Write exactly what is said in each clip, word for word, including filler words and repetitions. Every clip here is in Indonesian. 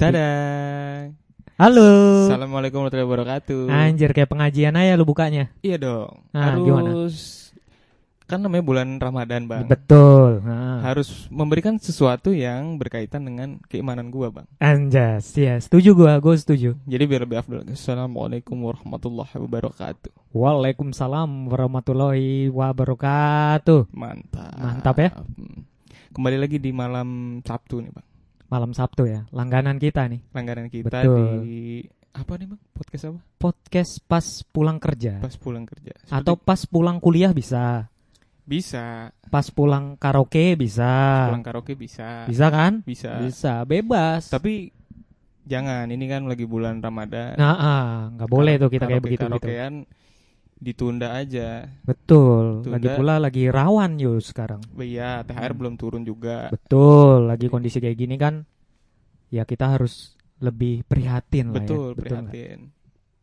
Dadah. Halo. Assalamualaikum warahmatullahi wabarakatuh. Anjir kayak pengajian aja lu bukanya. Iya dong. Nah, harus gimana? Kan namanya bulan Ramadan, Bang. Betul. Nah. Harus memberikan sesuatu yang berkaitan dengan keimanan gua, Bang. Anjas, ya setuju gua, gua setuju. Jadi biar lebih afdal. Assalamualaikum warahmatullahi wabarakatuh. Waalaikumsalam warahmatullahi wabarakatuh. Mantap. Mantap ya. Kembali lagi di malam Sabtu nih, Bang. Malam Sabtu ya, langganan kita nih. Langganan kita Betul. di apa nih, Bang? Podcast apa? Podcast pas pulang kerja. Pas pulang kerja. Seperti Atau pas pulang kuliah bisa. bisa. Pas pulang karaoke bisa. Pulang karaoke bisa. Bisa kan? Bisa. Bisa, bebas. Tapi jangan, ini kan lagi bulan Ramadan. Nah, ah, nggak boleh tuh kita kayak begitu gitu. Karaokean ditunda aja. Betul. Tunda. Lagi pula lagi rawan Yus sekarang. Iya, T H R hmm. belum turun juga. Betul. Lagi kondisi kayak gini kan, ya kita harus lebih prihatin lah. Betul, ya. prihatin. Betul.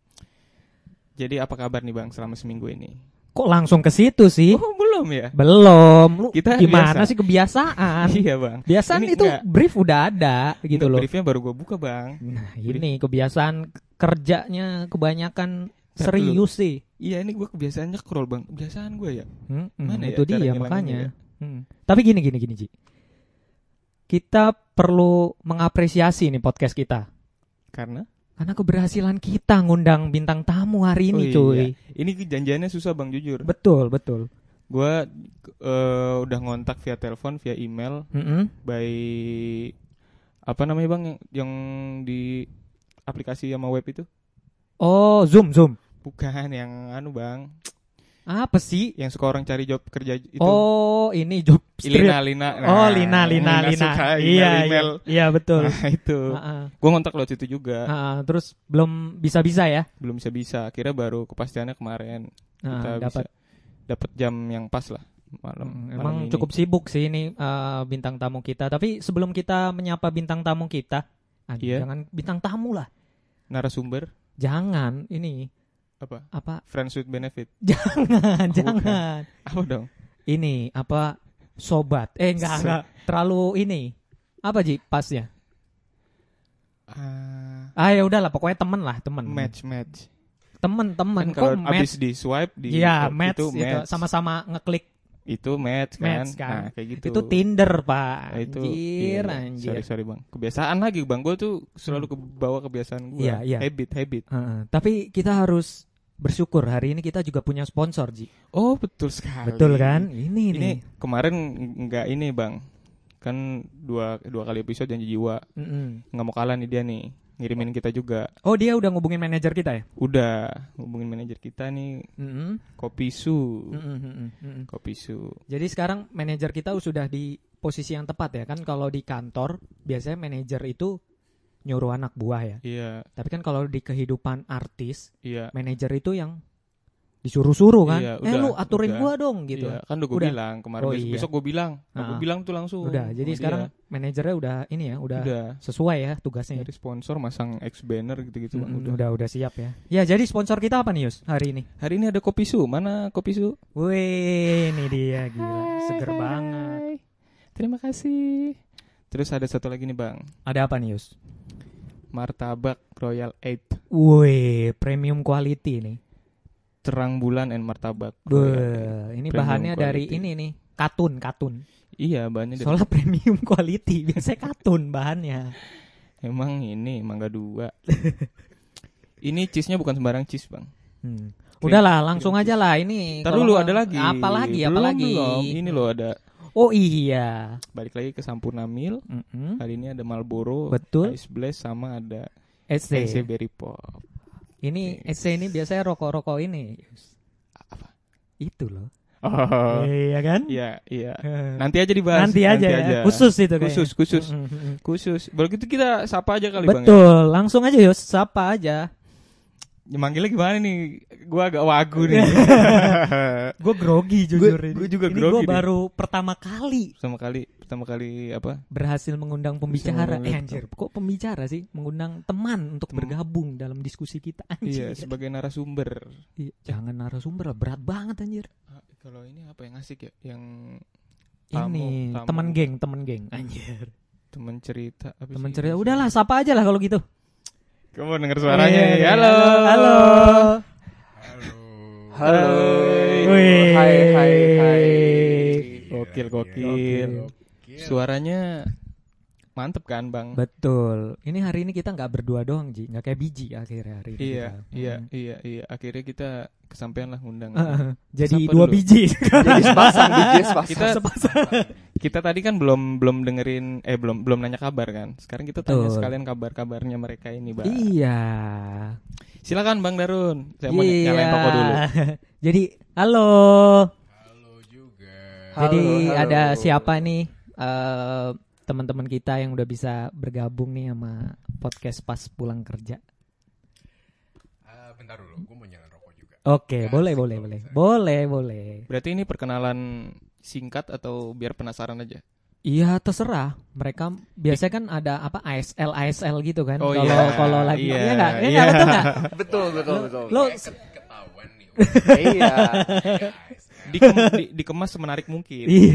Jadi apa kabar nih, Bang, selama seminggu ini? Kok langsung ke situ sih? Oh, belum ya? Belum. Lu kita gimana biasa. sih kebiasaan? Iya, Bang. Biasaan ini itu enggak, brief udah ada gitu enggak, loh. Briefnya baru gue buka, Bang. Nah, ini kebiasaan kerjanya kebanyakan Ntar serius dulu. sih. Iya, ini gue kebiasaannya scroll, Bang. Kebiasaan gue ya. Hmm, Mana itu ya dia makanya. Ya? Hmm. Tapi gini gini gini Ji. Kita perlu mengapresiasi nih podcast kita. Karena? Karena keberhasilan kita ngundang bintang tamu hari ini, oh, cuy. Iya. Ini janjiannya susah, Bang, jujur. Betul, betul. Gue uh, udah ngontak via telepon, via email, mm-hmm. by apa namanya, Bang, yang, yang di aplikasi sama web itu? Oh, Zoom, Zoom. Bukan, yang anu, Bang. Apa sih? Yang suka orang cari job kerja itu. Oh, ini job street. Lina, Lina. Nah, oh, Lina, Lina, Lina. Suka iya, email. iya, iya, betul. Nah, itu. Uh-uh. Gue ngontak lo situ juga. Uh-uh. Terus belum bisa-bisa ya? Belum bisa-bisa. Akhirnya baru kepastiannya kemarin. Uh, kita dapat dapat jam yang pas lah malam. Hmm, malam emang ini. Cukup sibuk sih ini uh, bintang tamu kita. Tapi sebelum kita menyapa bintang tamu kita, ah, yeah. jangan bintang tamu lah. Narasumber. Jangan ini. Apa? Apa? Friends with benefit. Jangan, oh, jangan. Bukan. Apa dong? Ini apa? Sobat. Eh enggak, So- enggak. Terlalu ini. Apa Ji pasnya? Uh, ah ya udahlah, pokoknya temen lah, temen. match, match. Temen, temen. Kan kalau Kok abis match? di swipe di Iya, itu match, match. itu sama-sama ngeklik. Itu match kan. Match kan. Nah, kayak gitu. Itu Tinder, Pak. Nah, itu, Anjir, iya, anjir. Sorry, sorry, Bang. Kebiasaan lagi, Bang. Gue tuh selalu kebawa kebiasaan gue. Iya, iya. Habit, habit. Uh, tapi kita harus bersyukur hari ini kita juga punya sponsor, Ji. Oh, betul sekali. Betul kan? Ini, Ini nih. kemarin enggak ini, Bang. Kan dua dua kali episode Janji Jiwa. Mm-mm. Nggak mau kalah nih dia nih. Ngirimin kita juga. Oh, dia udah ngubungin manajer kita ya? Udah hubungin manajer kita nih. Mm-mm. Kopisu. Mm-mm, mm-mm, mm-mm. Kopisu. Jadi sekarang manajer kita sudah di posisi yang tepat ya kan. Kalau di kantor biasanya manajer itu nyuruh anak buah ya. Iya. Tapi kan kalau di kehidupan artis, Iya. manajer itu yang disuruh-suruh kan. Iya, eh udah, lu aturin udah. gua dong gitu. Iya, kan udah gue Udah. bilang kemarin Oh, besok, iya. besok gue bilang. Nah, Ah. gue bilang tuh langsung. Udah, jadi sama sekarang dia. manajernya udah ini ya, udah, Udah. sesuai ya tugasnya. Dari sponsor masang X banner gitu-gitu, Bang. Mm, Udah. udah udah siap ya. Ya, jadi sponsor kita apa nih, Yus, hari ini? Hari ini ada Kopisu. Mana Kopisu? Wih, ini dia gila, Hai, seger hai, banget. hai. Terima kasih. Terus ada satu lagi nih, Bang. Ada apa nih, Yus? Martabak Royal Eight. Wih, premium quality nih. Terang bulan and martabak. Beuh, ini Premium bahannya dari quality. ini nih, katun, katun. Iya, bahannya dari Soalnya premium quality, biasanya katun bahannya. emang ini mangga dua. Ini cheese-nya bukan sembarang cheese, Bang. Hmm. Krim- Udahlah, langsung krim aja cheese. lah ini. Ntar kalau dulu nggak- ada lagi. Apa lagi? Apa Belum, lagi? belum. Ini loh ada. Oh iya. Balik lagi ke Sampurna Mil. Mm-mm. Hari ini ada Marlboro, Betul. Ice Blast, sama ada S E C. C Berry Pop. Ini S C ini biasanya rokok-rokok ini. Apa? Itu loh. Oh, Iya kan? iya, iya. Eh, Nanti aja dibahas. Nanti aja, ya. Khusus itu kayaknya. Khusus, khusus, Mm, mm, mm. khusus. Baru gitu kita sapa aja kali, Bang. Ya? Betul, langsung aja Yus, sapa aja. Ya, manggilnya gimana nih? Gua agak wagu nih. Gue grogi jujur Gua- ini. gua juga ini grogi gue nih. baru pertama kali Pertama kali, pertama kali apa? berhasil mengundang pembicara. mengundang- Eh anjir, kok pembicara sih? Mengundang teman untuk Tem- bergabung dalam diskusi kita. Iya, Anjir. sebagai narasumber. Iya, jangan narasumber lah, berat banget anjir. Ah, kalau ini apa yang asik ya? Yang Ini tamu- teman geng, teman geng. Anjir. Teman cerita. Apa Teman sih? cerita. Udahlah, sapa aja lah kalau gitu. Kamu denger suaranya Iya, nih. iya. Halo. Halo. Halo. Wih. Hai hai hai. Gokil, Iya, gokil. iya. Suaranya mantep kan, Bang? Betul. Ini hari ini kita nggak berdua doang, Ji. Nggak kayak biji akhirnya hari ini. Iya, kita. iya, Hmm. iya, iya. Akhirnya kita kesampaian lah ngundang. Uh, jadi Siapa dua dulu? biji. Jadi sepasang biji sepasang. Kita kita tadi kan belum belum dengerin eh belum belum nanya kabar kan. Sekarang kita tanya Betul. sekalian kabar-kabarnya mereka ini, Bang. Iya. Silakan Bang Darun. Saya mau Iya. nyalain rokok dulu. Jadi, halo. Halo juga. Jadi Halo, halo. ada siapa nih eh, teman-teman kita yang udah bisa bergabung nih sama podcast pas pulang kerja. Ah, bentar dulu, gue mau nyalain rokok juga. Oke, Asik boleh, kalau boleh, bisa. boleh, boleh, boleh. Berarti ini perkenalan singkat atau biar penasaran aja? Iya, terserah. Mereka biasanya kan ada apa A S L A S L gitu kan. Oh, Kalau iya. kalau lagi Iya, iya enggak? Iya iya. betul enggak? Betul betul betul. Lo Kayak ketahuan nih. Iya. Dikem- di- dikemas semenarik mungkin. Iya.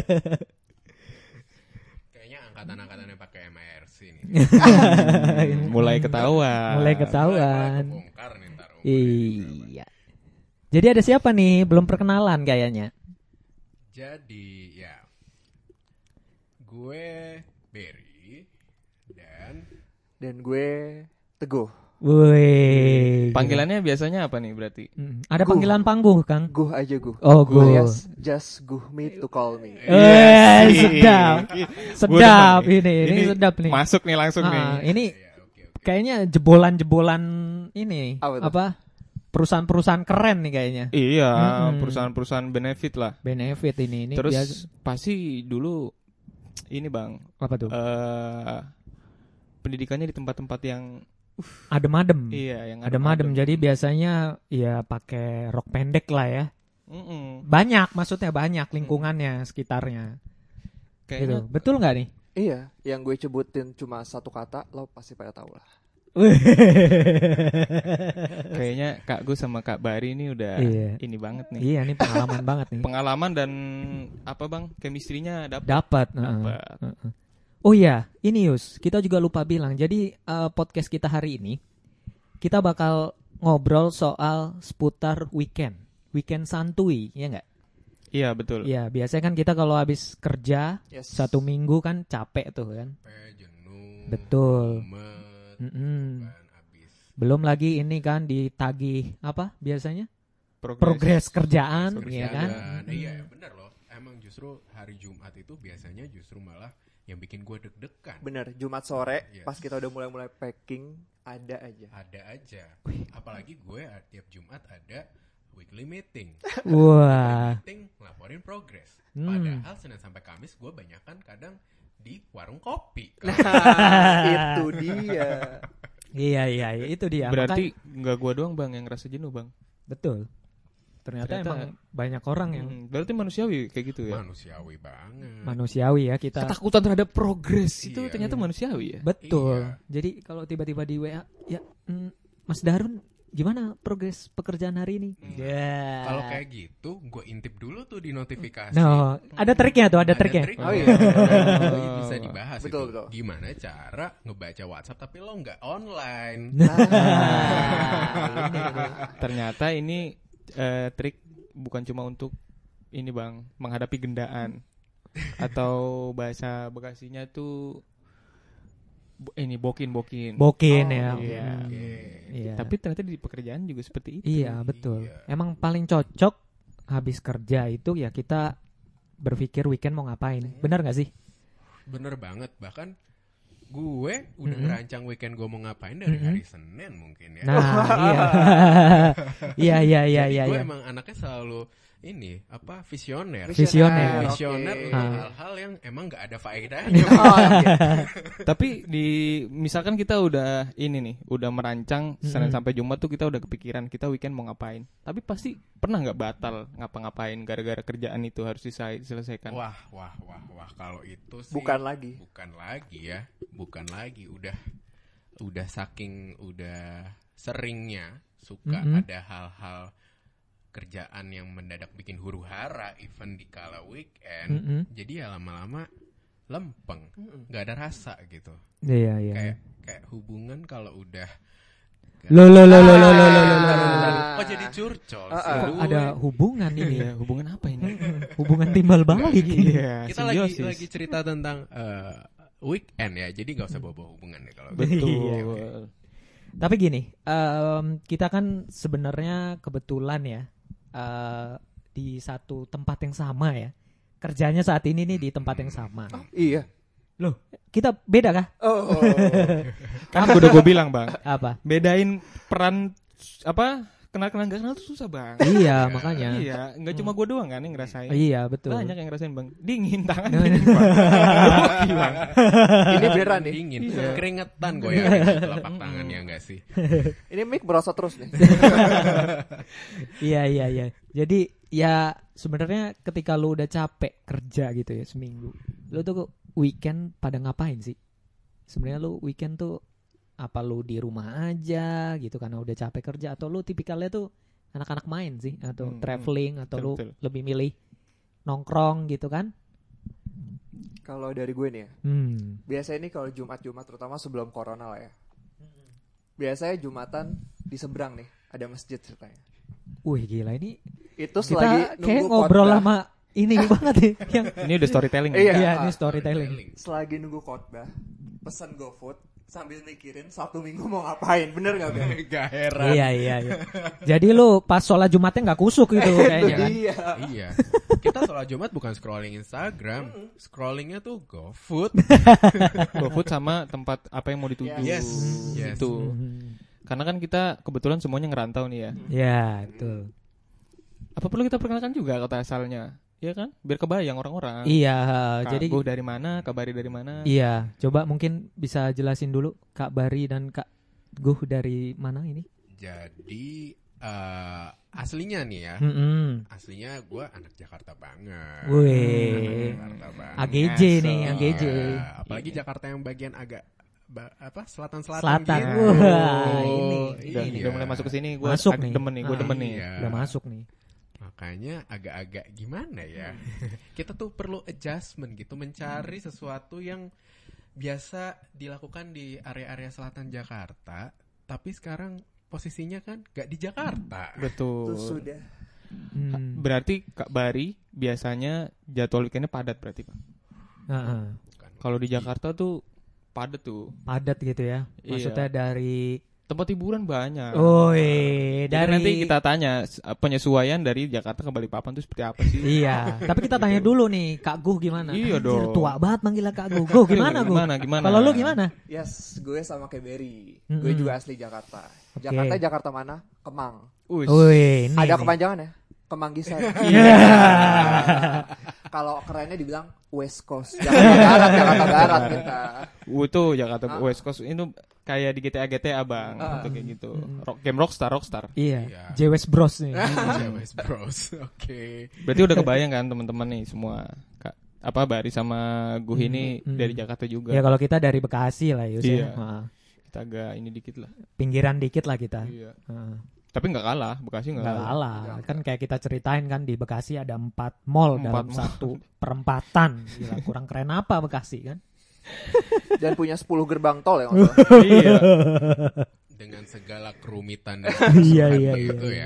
Kayaknya angkatan-angkatan yang pakai M I R C nih. Mulai ketahuan. Mulai ketahuan. Mulai kebongkar nih ntar. Iya. Jadi ada siapa nih? Belum perkenalan kayaknya. Jadi ya, gue Berry dan Dan gue Teguh. Woi. Panggilannya biasanya apa nih berarti? Hmm, Ada Guh. panggilan panggung, Kang. Guh aja Guh. Oh, Guh. Alias just Guh me to call me. Eh, Yes. sedap. Gua Sedap udah- ini, ini, sedap nih. Masuk nih langsung nih. Ah, ini ya oke oke. kayaknya jebolan-jebolan ini Apa tuh? apa? Perusahaan-perusahaan keren nih kayaknya. Iya, Mm-mm. perusahaan-perusahaan benefit lah. Benefit ini ini Terus biasa- pasti dulu ini Bang, apa tuh? eh pendidikannya di tempat-tempat yang Adem-adem. iya, yang Adem-adem. Jadi biasanya ya pakai rok pendek lah ya. Mm-mm. Banyak, maksudnya banyak lingkungannya sekitarnya. Gitu. Kayaknya Betul nggak nih? Iya, yang gue sebutin cuma satu kata, lo pasti pada tahu lah. kayaknya Kak Gus sama Kak Bari ini udah Iya. ini banget nih. Iya, ini pengalaman banget nih. Pengalaman dan apa Bang? Chemistry-nya dapat. Dapat. Dapat. heeh, heeh. Oh iya, ini Yus, kita juga lupa bilang. Jadi eh, podcast kita hari ini kita bakal ngobrol soal seputar weekend, weekend santuy, ya nggak? Iya, betul. Iya, biasanya kan kita kalau habis kerja Yes. satu minggu kan capek tuh kan. Capek, jenuh. Betul. mumet, Mm-mm. kan abis. Belum lagi ini kan ditagih apa biasanya? Progres. Progres kerjaan, Progres ya kan? Dan, iya benar loh. Emang justru hari Jumat itu biasanya justru malah yang bikin gue deg-degan. Bener, Jumat sore Yes. pas kita udah mulai-mulai packing ada aja. Ada aja. Apalagi gue uh, tiap Jumat ada weekly meeting. Wah. Meeting ngelaporin progress. Hmm. Padahal Senin sampai Kamis gue banyakan kadang di warung kopi. Itu dia. Iya iya iya, itu dia. Berarti Makanya- nggak gua doang Bang yang ngerasa jenuh Bang. betul. Ternyata, Ternyata- emang banyak orang yang Hmm, berarti manusiawi kayak gitu ya. Manusiawi banget. manusiawi ya kita. Ketakutan terhadap progres itu Iya. ternyata manusiawi ya. Betul. Iya. Jadi kalau tiba-tiba di W A, ya mm, Mas Darun gimana progres pekerjaan hari ini? Ya. Kalau kayak gitu, gue intip dulu tuh di notifikasi. No, ada triknya tuh, ada triknya. trik. Oh, iya. Jadi bisa dibahas Betul, itu. betul. Gimana cara ngebaca WhatsApp tapi lo nggak online? Nah, Ternyata ini eh, trik bukan cuma untuk ini Bang, menghadapi gendaan atau bahasa Bekasinya tuh bo- ini bokin-bokin. bokin Oh, ya. iya. Hmm, Oke. iya. Tapi ternyata di pekerjaan juga seperti itu. Iya, betul. Iya. Emang paling cocok habis kerja itu ya kita berpikir weekend mau ngapain. Benar nggak sih? Bener banget. Bahkan gue udah Mm-mm. ngerancang weekend gue mau ngapain dari Mm-mm. hari Senin mungkin ya. Nah, iya. Iya, iya, iya, Jadi iya. gue iya. emang anaknya selalu ini apa visioner. Visioner. Visioner Oke. untuk Ah. hal-hal yang emang nggak ada faedahnya. Oh, oke. Tapi di misalkan kita udah ini nih, udah merancang Senin Mm-mm. sampai Jumat tuh kita udah kepikiran kita weekend mau ngapain. Tapi pasti pernah nggak batal ngapa-ngapain gara-gara kerjaan itu harus disel- diselesaikan. Wah, wah, wah, wah. Kalau itu sih Bukan lagi. bukan lagi ya, bukan lagi. Udah, udah saking udah seringnya suka Mm-mm. ada hal-hal kerjaan yang mendadak bikin huru hara, even di kala weekend. Mm-mm. Jadi ya lama-lama lempeng, nggak ada rasa gitu. Iya, iya. Kayak kayak hubungan kalau udah Lo lo lo lo lo lo lo Ah, lo. bentar, bentar. Oh jadi curcol Ah, sih. ah. Aduh. Ada hubungan ini. Iya, hubungan apa ini? Hubungan timbal balik ini. Iya, Kita lagi simbiosis. lagi cerita tentang eh, weekend ya, jadi nggak usah bawa hubungan ya kalau Betul. Iya, Tapi gini, em, kita kan sebenarnya kebetulan ya eh, di satu tempat yang sama ya. Kerjanya saat ini nih di tempat yang sama. Iya. Loh, kita beda kah? Oh, oh. Kan gue udah gue bilang bang, Apa? bedain peran apa kenal-kenal gak kenal tuh susah bang. Iya, makanya. Iya, nggak cuma gue doang kan yang ngerasain. Iya, betul. Banyak yang ngerasain bang. Dingin tangan. Nah, dingin, Bang. Gokil, Bang. Ini beneran nih. dingin, Iya. keringetan gue ya telapak tangan ya nggak sih. Ini mic berasa terus nih. Iya, iya, iya. Jadi ya sebenarnya ketika lu udah capek kerja gitu ya seminggu, lu tuh weekend pada ngapain sih? Sebenarnya lu weekend tuh apa lu di rumah aja gitu karena udah capek kerja, atau lu tipikalnya tuh anak-anak main sih, atau Hmm, traveling, atau betul, lu betul. lebih milih nongkrong gitu kan? Kalau dari gue nih ya, Hmm. biasanya ini kalau Jumat-Jumat terutama sebelum corona lah ya. Biasanya Jumatan di seberang nih, ada masjid ceritanya. Wih gila ini Itu kita selagi kayak nunggu ngobrol khotbah, sama ini banget nih yang Ini udah storytelling. Iya. Bang. iya ini storytelling. selagi nunggu khotbah, pesan GoFood sambil mikirin Sabtu Minggu mau ngapain. Bener gak Ben? Gak heran. Iya iya iya. Jadi lu pas sholat Jumatnya nggak kusuk gitu kayaknya kan? Iya. Iya. Kita sholat Jumat bukan scrolling Instagram, scrollingnya tuh GoFood. GoFood sama tempat apa yang mau dituju. Yes, yes. Itu. Hmm. Karena kan kita kebetulan semuanya ngerantau nih ya. Ya itu. Apa perlu kita perkenalkan juga kota asalnya? Iya kan? Biar kebayang orang-orang. Iya. Kak Jadi Guh dari mana, Kak Bari dari mana? iya. Coba mungkin bisa jelasin dulu Kak Bari dan Kak Guh dari mana ini? Jadi eh, aslinya nih ya, Mm-mm. aslinya gue anak Jakarta banget. Wih. Jakarta banget. A G J nih, A G J. Iya, apalagi Jakarta yang bagian agak ba- apa selatan-selatan Selatan. gitu. Wah, ini. Udah, Iya. udah mulai masuk ke sini, gue Masuk nih. demen nih, gue Ah, demen nih. iya. Udah masuk nih. Makanya agak-agak gimana ya? Kita tuh perlu adjustment gitu, mencari sesuatu yang biasa dilakukan di area-area selatan Jakarta, tapi sekarang posisinya kan gak di Jakarta. Betul. Itu sudah. Hmm. Berarti Kak Bari biasanya jadwal weekendnya padat berarti Pak. Heeh. Bukan. Kalau di Jakarta tuh padat tuh. Padat gitu ya. Maksudnya Iya. dari Tempat hiburan banyak. Oh, iya. Jadi dari nanti kita tanya s- penyesuaian dari Jakarta ke Balikpapan tuh seperti apa sih? Iya, tapi kita tanya dulu nih, Kak Guh gimana? Iya Anjir, dong. tua banget manggilnya Kak Guh. Guh gimana Guh? Gimana, gimana? Kalau lu gimana? Yes, gue sama kayak Berry. Mm-mm. Gue juga asli Jakarta. Oke. Jakarta Jakarta mana? Kemang. Ush. Wih, ini. Ada nih. kepanjangan ya? Kemanggisan. Iya. Kalau kerennya dibilang West Coast. Jakarta Barat, Jakarta Barat kita. Uh, tuh Jakarta Ah. West Coast itu kayak di G T A G T A Bang, Ah. untuk kayak gitu. Rock, game Rockstar, Rockstar. Iya, Iya. J W S Bros nih. Jawa Bros. Oke. Berarti udah kebayang kan teman-teman nih semua. Kak, apa Bari sama Guh ini Hmm, hmm. dari Jakarta juga. Ya kalau kita dari Bekasi lah Yus Iya. ya. Heeh. Kita agak ini dikit lah. Pinggiran dikit lah kita. Iya. Heeh. Tapi nggak kalah, Bekasi nggak Nggak kalah. kalah. Kan kayak kita ceritain kan di Bekasi ada empat mall Empat dalam mall. satu perempatan. Gila, kurang keren apa Bekasi kan? Dan punya sepuluh gerbang tol ya maksudnya. Iya. Dengan segala kerumitan dan Iya, kesusahan iya, itu iya, ya.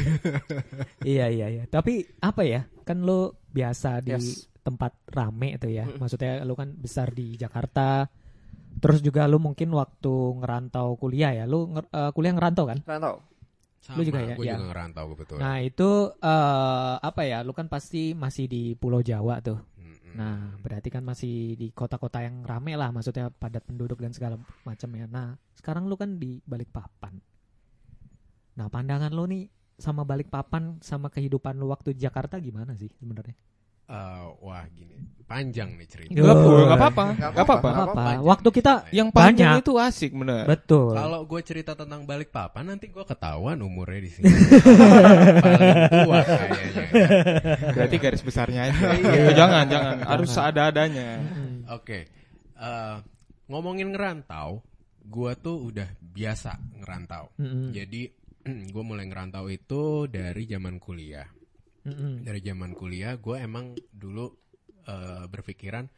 Iya iya iya. Tapi apa ya? Kan lo biasa di Yes. tempat rame itu ya. Maksudnya lo kan besar di Jakarta. Terus juga lo mungkin waktu ngerantau kuliah ya. Lo nger- eh, kuliah ngerantau kan? Rantau. Sama, Lu juga ya? gue Ya. juga ngerantau betul. Nah itu eh, apa ya? Lo kan pasti masih di Pulau Jawa tuh. Mm-mm. Nah berarti kan masih di kota-kota yang rame lah. Maksudnya padat penduduk dan segala macam ya. Nah sekarang lo kan di Balikpapan. Nah pandangan lo nih sama Balikpapan sama kehidupan lo waktu di Jakarta gimana sih sebenarnya? Eh, wah gini, panjang nih cerita. Yo. Nggak apa- nggak apa-apa, Nggak nggak apa-apa. Nggak apa-apa. Panjang. Waktu kita Yang panjang banyak. itu asik bener. Betul. Kalau gue cerita tentang Balikpapan nanti gue ketahuan umurnya di sini. Paling tua kayaknya. Berarti garis besarnya aja. Iya. Ya, jangan, jangan. Harus seada-adanya. Mm. Oke, eh, ngomongin ngerantau, gue tuh udah biasa ngerantau. Mm-mm. Jadi gue mulai ngerantau itu dari zaman kuliah. Mm-mm. Dari zaman kuliah gue emang dulu eh, berpikiran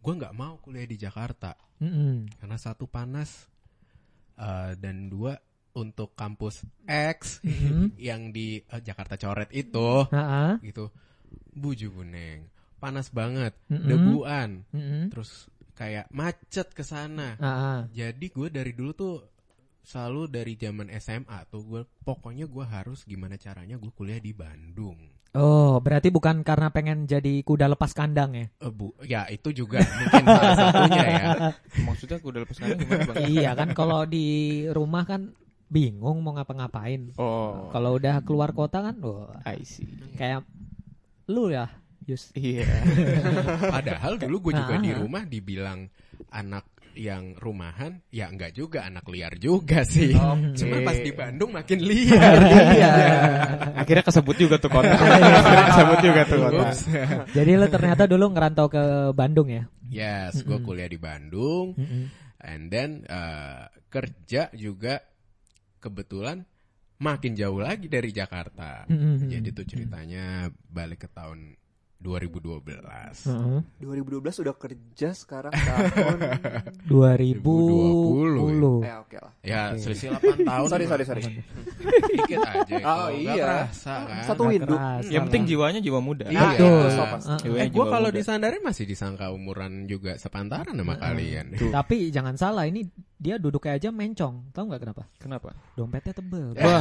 gue nggak mau kuliah di Jakarta Mm-mm. karena satu panas uh, dan dua untuk kampus X Mm-mm. yang di uh, Jakarta Coret itu Ha-ha. gitu buju buneng panas banget Mm-mm. debuan Mm-mm. terus kayak macet ke sana. Ha-ha. Jadi gue dari dulu tuh selalu dari zaman S M A tuh gue pokoknya gue harus gimana caranya gue kuliah di Bandung. Oh, berarti bukan karena pengen jadi kuda lepas kandang ya? Eh, bu, ya itu juga mungkin salah satunya ya. Maksudnya aku udah lepas kandang gimana bang? Iya kan, kalau di rumah kan bingung mau ngapa-ngapain. Oh, Kalau udah keluar kota kan, wah, I see. kayak lu ya, Yus. Iya. Padahal dulu gue juga Ah. di rumah dibilang anak yang rumahan, ya enggak juga anak liar juga sih. Oke. Cuma pas di Bandung makin liar. Iya. Akhirnya kesebut juga tuh kota. Akhirnya kesebut juga tuh kota. Ups. Jadi lu ternyata dulu ngerantau ke Bandung ya? Yes, gue Mm-mm. kuliah di Bandung, Mm-mm. and then uh, kerja juga kebetulan makin jauh lagi dari Jakarta. Mm-mm. Jadi tuh ceritanya balik ke tahun dua ribu dua belas. Heeh. dua ribu dua belas udah kerja sekarang tahun. dua ribu dua puluh. Ya oke lah. Ya Oke. selisih delapan tahun. Sorry mah. sorry sorry. Dikit aja. Oh, kalau nggak iya. kerasa kan. Satu window. Kerasa Yang penting lah. jiwanya jiwa muda. Iya. Betul. Itu so pasti. Heeh. Jiwanya Eh, gue jiwa kalau muda. disandarin masih disangka umuran juga sepantaran sama kalian. Tapi jangan salah, ini dia duduknya aja mencong. Tahu nggak kenapa? Kenapa? Dompetnya tebel. Wah,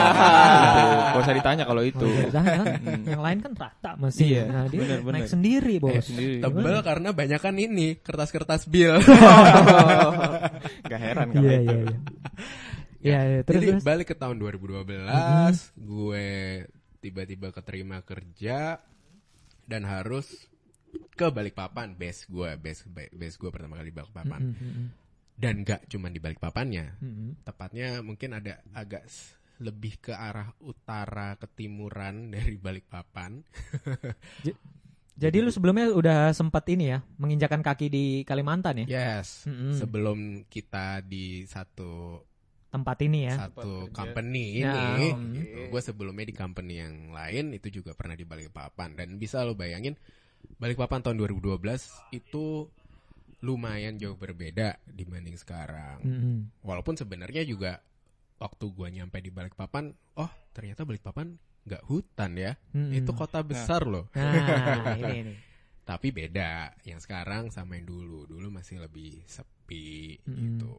gak usah ditanya kalau itu. Oh, jangan, kan? Hmm. Yang lain kan rata masih. Iya, Nah, dia bener, bener. naik sendiri, bos. Eh, Sendiri. Tebel karena banyak kan ini kertas-kertas bill. Gak heran kalau Iya, itu. iya, iya. Iya, iya. Terus, Jadi terus. balik ke tahun dua ribu dua belas, gue tiba-tiba keterima kerja dan harus ke Balikpapan, base gue, base base gue pertama kali di Balikpapan. Mm, mm, mm, Dan gak cuma di Balikpapannya, mm, mm. tepatnya mungkin ada agak s- lebih ke arah utara ketimuran dari Balikpapan. Jadi lu sebelumnya udah sempat ini ya, menginjakan kaki di Kalimantan ya? Yes, Mm-mm. sebelum kita di satu Tempat ini ya. satu Tempat kerja. company Ya, ini, mm. gitu. Gue sebelumnya di company yang lain itu juga pernah di Balikpapan dan bisa lo bayangin Balikpapan tahun dua ribu dua belas itu lumayan jauh berbeda dibanding sekarang. Mm-mm. Walaupun sebenarnya juga waktu gue nyampe di Balikpapan, oh ternyata Balikpapan nggak hutan ya, Mm-mm. itu kota besar loh. Nah, ini ini. Tapi beda yang sekarang sama yang dulu. Dulu masih lebih sepi Mm-mm. gitu.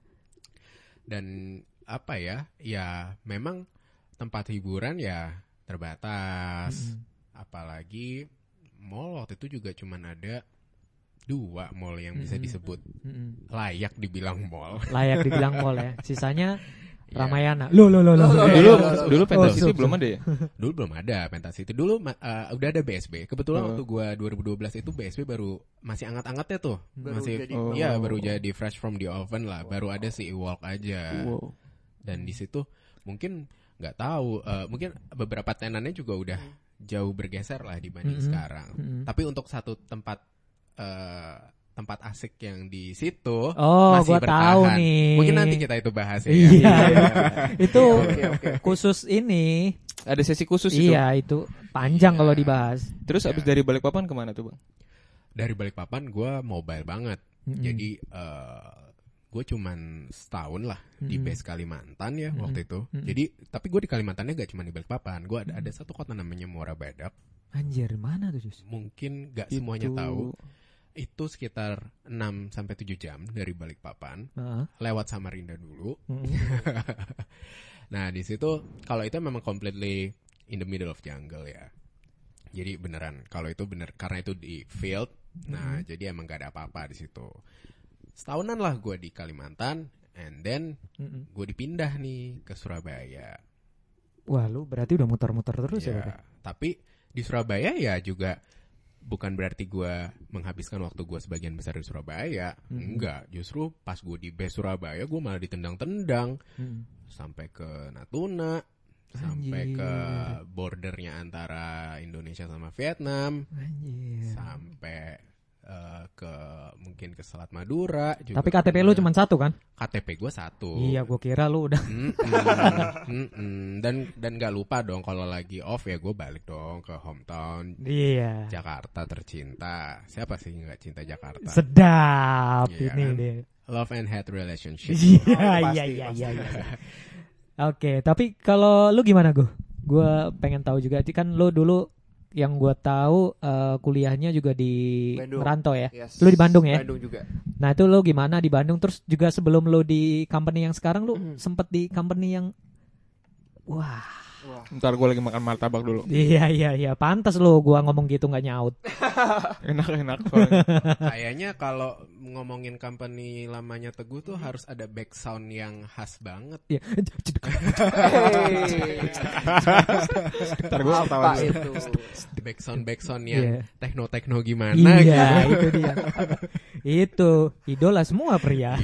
Dan apa ya? Ya memang tempat hiburan ya terbatas. Mm-mm. Apalagi mall waktu itu juga cuman ada dua mall yang bisa Mm-mm. disebut Mm-mm. layak dibilang mall. Layak dibilang mall ya. Sisanya Ya, Ramayana. Loh, loh, loh, loh. Loh, loh, Dulu, loh, loh, dulu loh. Fantasy Oh, City so- belum so. ada ya? dulu belum ada Pentas itu. Dulu ma- uh, udah ada B S B. Kebetulan Oh. waktu gua dua ribu dua belas itu B S B baru masih anget-angetnya tuh. Baru masih jadi- Oh. ya baru jadi fresh from the oven lah. Baru ada si Ewok aja. Wow. Dan di situ mungkin nggak tahu, uh, mungkin beberapa tenannya juga udah jauh bergeser lah dibanding Mm-mm. sekarang. Mm-mm. Tapi untuk satu tempat uh, tempat asik yang di situ Oh, masih gua bertahan. tahu nih. Mungkin nanti kita itu bahas ya. Iya. Itu Oke, oke, oke. khusus ini. Ada sesi khusus itu. Iya, itu panjang Iya. kalau dibahas. Terus abis Iya. dari Balikpapan kemana tuh bang? Dari Balikpapan gue mobile banget. Mm-mm. Jadi uh, gue cuman setahun lah di Mm-mm. base Kalimantan ya Mm-mm. waktu itu. Mm-mm. Jadi tapi gue di Kalimantannya gak cuma di Balikpapan. Gue ada ada satu kota namanya Muara Badak. Anjir, mana tuh, Jus? Mungkin gak semuanya Itu- tahu. Itu sekitar enam sampai tujuh jam dari Balikpapan. Heeh. Lewat Samarinda dulu. Mm-mm. Nah di situ kalau itu memang completely in the middle of jungle ya. Jadi beneran kalau itu bener karena itu di field. Nah jadi emang gak ada apa-apa di situ. Setahunan lah gue di Kalimantan, and then Mm-mm. gue dipindah nih ke Surabaya. Wah, lu berarti udah muter-muter terus ya? Ya, berarti? tapi di Surabaya ya juga bukan berarti gue menghabiskan waktu gue sebagian besar di Surabaya. Mm-mm. Enggak, justru pas gue di base Surabaya gue malah ditendang-tendang Mm. sampai ke Natuna, sampai Anjir. ke bordernya antara Indonesia sama Vietnam, Anjir. sampai uh, ke mungkin ke Selat Madura juga. Tapi K T P lu cuma satu kan? K T P gue satu. Iya, gue kira lu udah. Mm-mm, mm-mm. Dan dan nggak lupa dong kalau lagi off ya gue balik dong ke hometown Iya. Jakarta tercinta. Siapa sih nggak cinta Jakarta? Sedap Iya ini kan? deh. Love and hate relationship. Iya, pasti, iya, iya, pasti. iya, iya. Oke, tapi kalau lu gimana, Gu? Gue pengen tahu juga. Kan lu dulu yang gue tahu uh, kuliahnya juga di Bandung. merantau ya. Yes. Lu di Bandung ya? Bandung juga. Nah, itu lu gimana di Bandung? Terus juga sebelum lu di company yang sekarang lu Hmm. sempet di company yang wah. Wah. Ntar gue lagi makan martabak dulu. Iya, iya, iya. Pantas lu gua ngomong gitu nggak nyaut. Enak-enak soalnya. Kayaknya kalau ngomongin company lamanya Teguh tuh harus ada back sound yang khas banget. Iya. Hey. Ntar gue Apa ketawa dulu. itu? Back sound back sound yang Iya. tekno-tekno gimana Iya, gitu. itu dia. Itu idola semua pria.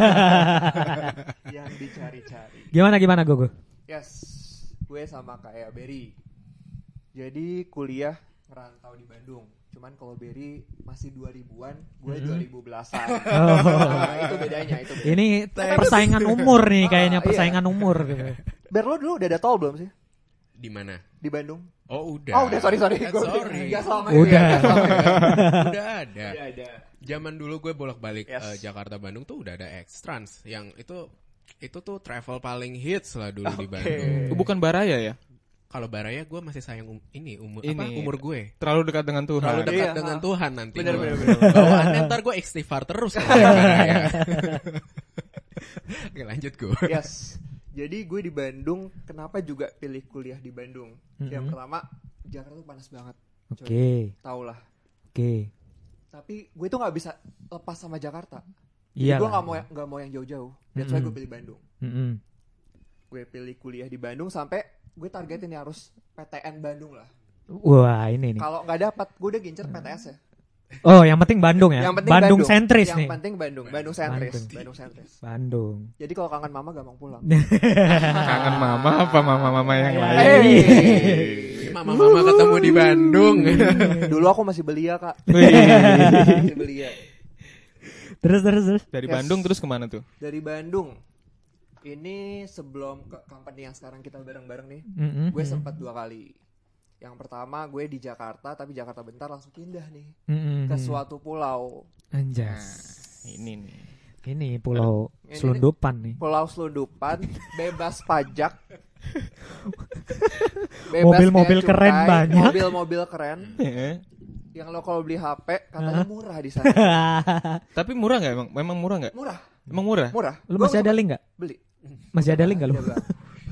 Yang dicari-cari. Gimana gimana Gogo? Yes, gue sama kayak Berry. Jadi kuliah ngerantau di Bandung. Cuman kalau Berry masih dua ribuan, gue Mhm. dua ribu belasan. Oh. Nah, itu bedanya, itu bedanya. Ini persaingan umur nih kayaknya Ah, iya. persaingan umur gitu. Ber, lo dulu udah ada tol belum sih? Di mana? Di Bandung? Oh udah. Oh udah, sorry, sorry. Eh, Gue sorry. Gak selama Udah. itu ya, nggak selama itu. Udah ada. Udah ada. Zaman dulu gue bolak-balik Yes. eh, Jakarta Bandung tuh udah ada X-Trans yang itu itu tuh travel paling hits lah dulu di Oke. Bandung. Itu bukan Baraya ya? Kalau Baraya gue masih sayang um- ini umur Ini. apa umur gue. Terlalu dekat dengan Tuhan. Terlalu dekat Iya, dengan ha. Tuhan nanti. Bener, gua. bener, bener. Bawaannya ntar gue istighfar terus kalau naik Baraya. Oke lanjut gue. Yes. Jadi gue di Bandung, kenapa juga pilih kuliah di Bandung? Mhm. Yang pertama, Jakarta tuh panas banget. Oke. Tau lah. Oke. Tapi gue tuh nggak bisa lepas sama Jakarta. Jadi Iya. gue lah. nggak mau nggak mau yang jauh-jauh. That's why Mm-mm. gue pilih Bandung. Mm-mm. Gue pilih kuliah di Bandung sampai gue targetin ya harus P T N Bandung lah. Wah, ini nih. Kalau nggak dapat, gue udah gincer P T S ya. Oh, yang penting Bandung ya. Yang penting Bandung Bandung. sentris Yang nih. penting Bandung, Bandung sentris, Bandung. Bandung sentris. Bandung. Jadi kalau kangen mama gampang pulang. Kangen mama apa mama-mama yang lain? Hey. Mama-mama ketemu di Bandung. Dulu aku masih belia kak. Wih. Masih belia. Terus terus terus. Dari Yes. Bandung terus kemana tuh? Dari Bandung. Ini sebelum ke company yang sekarang kita bareng-bareng nih, Mm-mm. gue sempat dua kali. Yang pertama gue di Jakarta, tapi Jakarta bentar langsung pindah nih Mm-mm. ke suatu pulau. Anjas. Ini nih. Ini pulau Ini- selundupan nih. Pulau selundupan, bebas pajak. Mobil-mobil bea keren cukai, banyak. Mobil-mobil keren. Eh, Yang lo kalau beli H P katanya murah di sana. Tapi murah nggak emang? Memang murah nggak? Murah, Emang murah? murah. Lu Gua masih ada sempat link nggak? beli? Masih ada link nggak lu? Ada, Bang.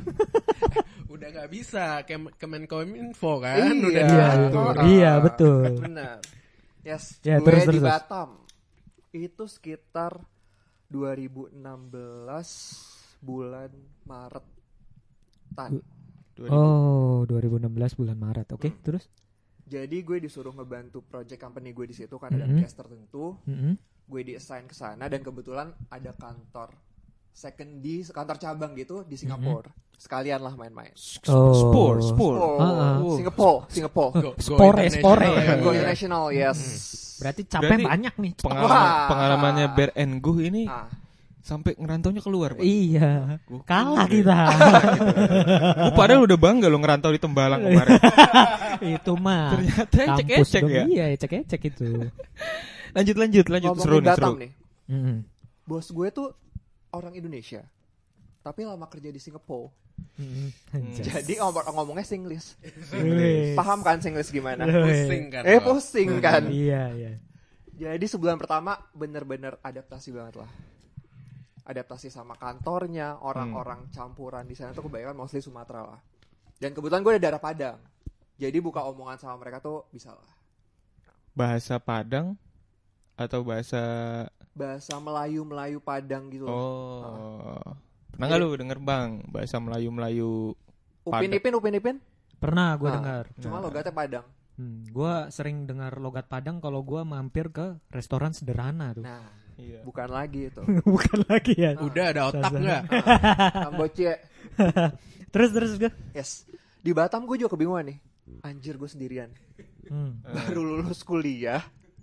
Udah nggak bisa Kem- Kemenkominfo kan Iya. udah Iya, diatur. Oh, iya betul. Benar. Yes, Ya, gue terus, di terus, terus. Batam. Itu sekitar dua ribu enam belas bulan Maret. Tan. dua ribu. Oh, dua ribu enam belas bulan Maret. Oke, terus? Jadi gue disuruh ngebantu project company gue di situ karena ada Mhm. case tertentu. Mm-mm. Gue di assign ke sana dan kebetulan ada kantor second di kantor cabang gitu di Singapura. Sekalian lah main-main. Oh. Sport, sport. Oh, Ah, ah. Singapura, Singapura. Go- go Spore, international spore. ya. Go international, yes. Berarti capek Berarti banyak nih. Pengalaman, Wah. pengalamannya Bear and Guh ini Ah, sampai ngerantaunya keluar, Pak. Iya. Gua- Kalah kita. Gua padahal udah bangga lo ngerantau di Tembalang kemarin. Itu mah. Ternyata Kampus ecek-ecek dong. ya. Iya, ecek-ecek itu. Lanjut lanjut lanjut ngomongin seru nih seru. Batam nih. Mm-mm. Bos gue tuh orang Indonesia. Tapi lama kerja di Singapura. Mm-mm. Anjas. Jadi ngomong ngomongnya Singlish. Wih. Paham kan Singlish gimana? Pusing kan Eh lo. pusing kan. Iya, iya. Jadi sebulan pertama bener-bener adaptasi banget lah. Adaptasi sama kantornya, orang-orang campuran di sana tuh kebanyakan mostly Sumatera lah. Dan kebetulan gue ada darah Padang. Jadi buka omongan sama mereka tuh bisa lah. Bahasa Padang atau bahasa Bahasa Melayu-Melayu Padang gitu loh. oh. Pernah nggak lu denger Bang bahasa Melayu-Melayu? Upin Ipin, Upin Ipin. Pernah gue Nah, dengar. Cuma logatnya Padang. Hmm, gue sering dengar logat Padang kalau gue mampir ke restoran sederhana tuh. Nah, Iya. bukan lagi itu. Bukan lagi ya. Udah ada otak Sasa. nggak? Kamboja. Terus terus gue. Yes. Di Batam gue juga kebingungan nih. Anjir gue sendirian. Hmm. Baru lulus kuliah.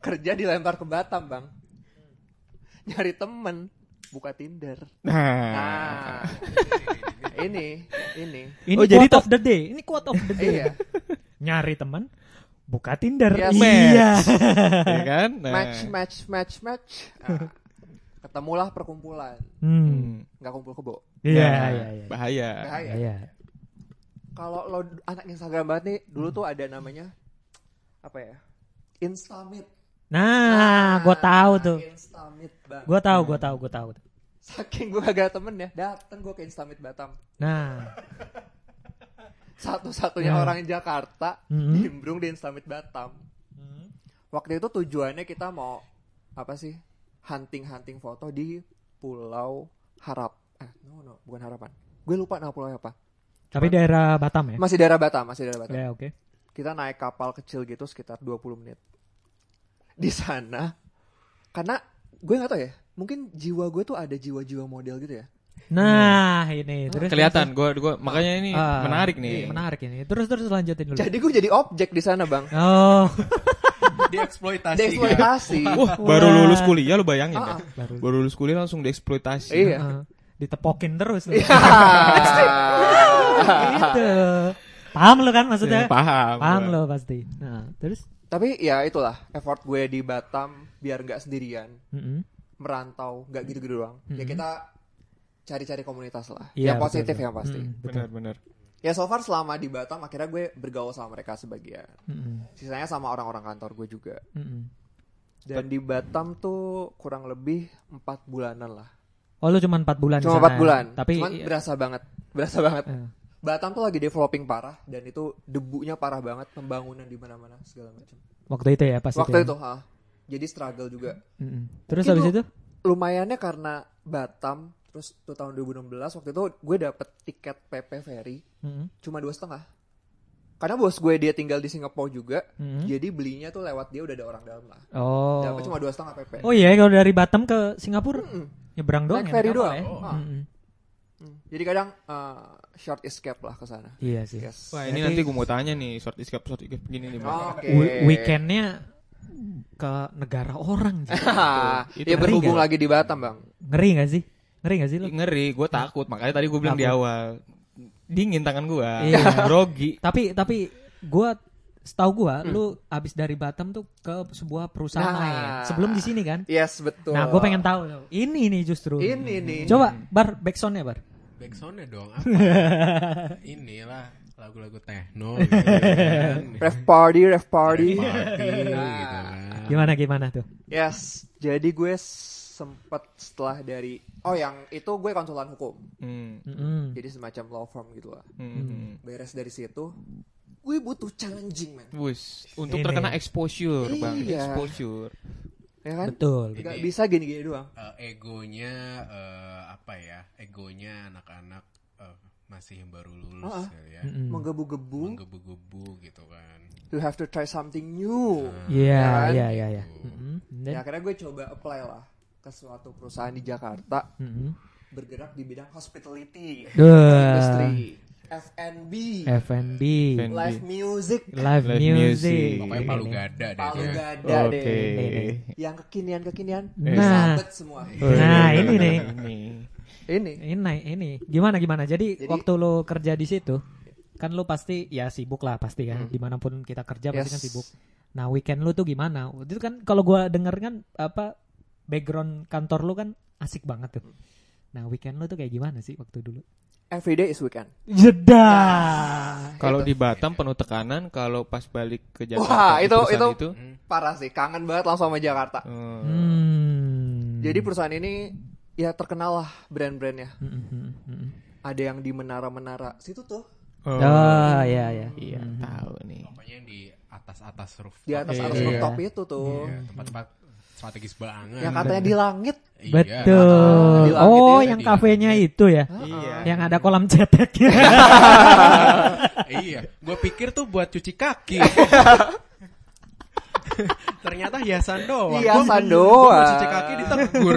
kerja dilempar ke Batam, Bang. Nyari temen, buka Tinder. Nah, Nah, ini, ini. Ini Oh, quote jadi of the day. Ini quote of the day. Iya, Nyari teman, buka Tinder. Yes. Iya. ya kan? Nah. match, match, match, match. Nah, ketemulah perkumpulan, Hmm. Hmm. nggak kumpul kebo. Iya, Nah, iya, iya. Bahaya. Bahaya. Iya. Kalau lo anak Instagram banget nih, dulu tuh ada namanya apa ya? Instamit. Nah, gue tahu tuh. Instamit, Bang. Gue tahu, gue tahu, gue tahu. Saking gue gak ada temen ya, dateng gue ke Instamit Batam. Nah, Satu-satunya Nah. orang Jakarta Mhm. nimbrung di Instamit Batam. Waktu itu tujuannya kita mau apa sih? Hunting-hunting foto di Pulau Harap. Eh, no no, bukan Harapan. Gue lupa nama pulau apa. tapi daerah Batam ya? Masih daerah Batam, masih daerah Batam. Ya, oke. Kita naik kapal kecil gitu sekitar dua puluh menit. Di sana karena gue nggak tahu ya, mungkin jiwa gue tuh ada jiwa-jiwa model gitu ya. Nah, ini terus Kelihatan gue gue makanya ini Ah, menarik iya, nih. menarik ini. Terus terus lanjutin dulu. Jadi gue jadi objek di sana, Bang. Oh, Dieksploitasi. Dieksploitasi. Wah, baru Wah. lulus kuliah lu bayangin Ah, ya. baru. Baru lulus kuliah langsung dieksploitasi. Iya. Heeh. Ditepokin terus. Iya. Gitu. Paham lo kan maksudnya? Ya, paham. Paham gua. lo pasti. Nah, terus Tapi ya itulah effort gue di Batam biar nggak sendirian, Mm-mm. merantau, nggak gitu-gitu doang. Ya Mhm. kita cari-cari komunitas lah. Iya, yang positif betul, yang pasti. Mm, betul. Benar-benar. Ya so far selama di Batam akhirnya gue bergaul sama mereka sebagian. Mm-mm. Sisanya sama orang-orang kantor gue juga. Mm-mm. Dan di Batam tuh kurang lebih empat bulanan lah. Oh, lu cuma empat bulan di Cuma sana empat ya? bulan. Tapi Cuman berasa banget. Berasa banget. Eh. Batam tuh lagi developing parah dan itu debunya parah banget, pembangunan di mana-mana segala macam. waktu itu ya pas Waktu itu. itu, ha. Jadi struggle juga. Mm-mm. Terus Mungkin habis lu- itu? Lumayannya karena Batam, terus tuh tahun dua ribu enam belas waktu itu gue dapet tiket P P ferry Mm-mm. cuma dua setengah. Karena bos gue dia tinggal di Singapura juga, Mm-mm. jadi belinya tuh lewat dia udah ada orang dalam lah. Oh. Dapat cuma dua setengah P P. Oh iya, kalau dari Batam ke Singapura Mm-mm. nyebrang doang Naik ya, ferry kapal doang. ya? Oh. Mm-mm. Hmm. Jadi kadang uh, short escape lah ke sana. Iya sih. Yes. Wah, ini Jadi- nanti gue mau tanya nih, short escape short escape gini nih, Bang. Oke. We- weekendnya ke negara orang gitu. Itu ya berhubung ngeri lagi di Batam, Bang. Ngeri gak sih? Ngeri gak sih lu? Ngeri, gue takut. Makanya tadi gue bilang di Takut. awal, dingin tangan gue, Iya. grogi. Tapi tapi gua setahu gua Hmm. lu abis dari Batam tuh ke sebuah perusahaan Nah. lain. Sebelum di sini kan? Yes, betul. Nah, gua pengen tahu tuh. Ini nih justru. Ini nih. Coba Bar backsoundnya Bar. Backsoundnya dong apa? Inilah lagu-lagu techno gitu kan. Ref party, ref party. Party gitu kan. Gimana gimana tuh? Yes, jadi gue sempet setelah dari oh yang itu gue konsultan hukum, Hmm. Mm-mm. jadi semacam law firm gitu lah. Hmm. Beres dari situ, gue butuh challenging man, Wus, untuk Ini. terkena exposure, Bang. Iya. Exposure. ya kan? Betul. Gak Ini- bisa gini-gini doang. Eh, egonya eh, apa ya? Egonya anak-anak eh, masih yang baru lulus Ah, ah. kali ya. Mm-mm. Menggebu-gebu, Menggebu-gebu gitu kan. you have to try something new. Iya, Ya kan? iya, iya, iya. Gitu. Mm-mm. Dan- Ya akhirnya gue coba apply lah ke suatu perusahaan di Jakarta Mm-mm. bergerak di bidang hospitality, Wah. industri, F and B, F and B, F and B. live music, live Live music. music. Pokoknya palu Ini. gada deh palu dia. gada Oke. deh, Ini, ini. yang kekinian-kekinian, Nah. sabet semua. Nah, ini nih. Ini. Ini. Ini ini gimana gimana? Jadi, Jadi- waktu lo kerja di situ, kan lo pasti ya sibuk lah pasti kan. Hmm. Dimanapun kita kerja pasti Yes. kan sibuk. Nah weekend lo tuh gimana? Itu kan kalau gua denger kan apa background kantor lo kan asik banget tuh. Nah weekend lo tuh kayak gimana sih waktu dulu? Every day is weekend. Jeda. Kalau Itu. di Batam penuh tekanan, kalau pas balik ke Jakarta Wah, di itu- perusahaan itu- Hmm. Parah sih, kangen banget langsung sama Jakarta. eh, Hmm. Jadi perusahaan ini ya terkenal lah brand-brandnya. Mm, mm, mm, mm. Ada yang di menara-menara situ tuh, oh, Oh ya ya. iya, Mhm. tahu nih. Pokoknya yang di atas-atas roof. di atas Iya. atas rooftop itu tuh, Iya, tempat-tempat strategis banget. yang katanya di langit. Iya. Betul. Di langit Oh itu yang di kafenya langit. itu ya. Iya. Yang ada kolam ceteknya. Iya, gue pikir tuh buat cuci kaki. Ternyata hiasan doang. Hiasan Gua- gua mau doang. cuci kaki ditegur.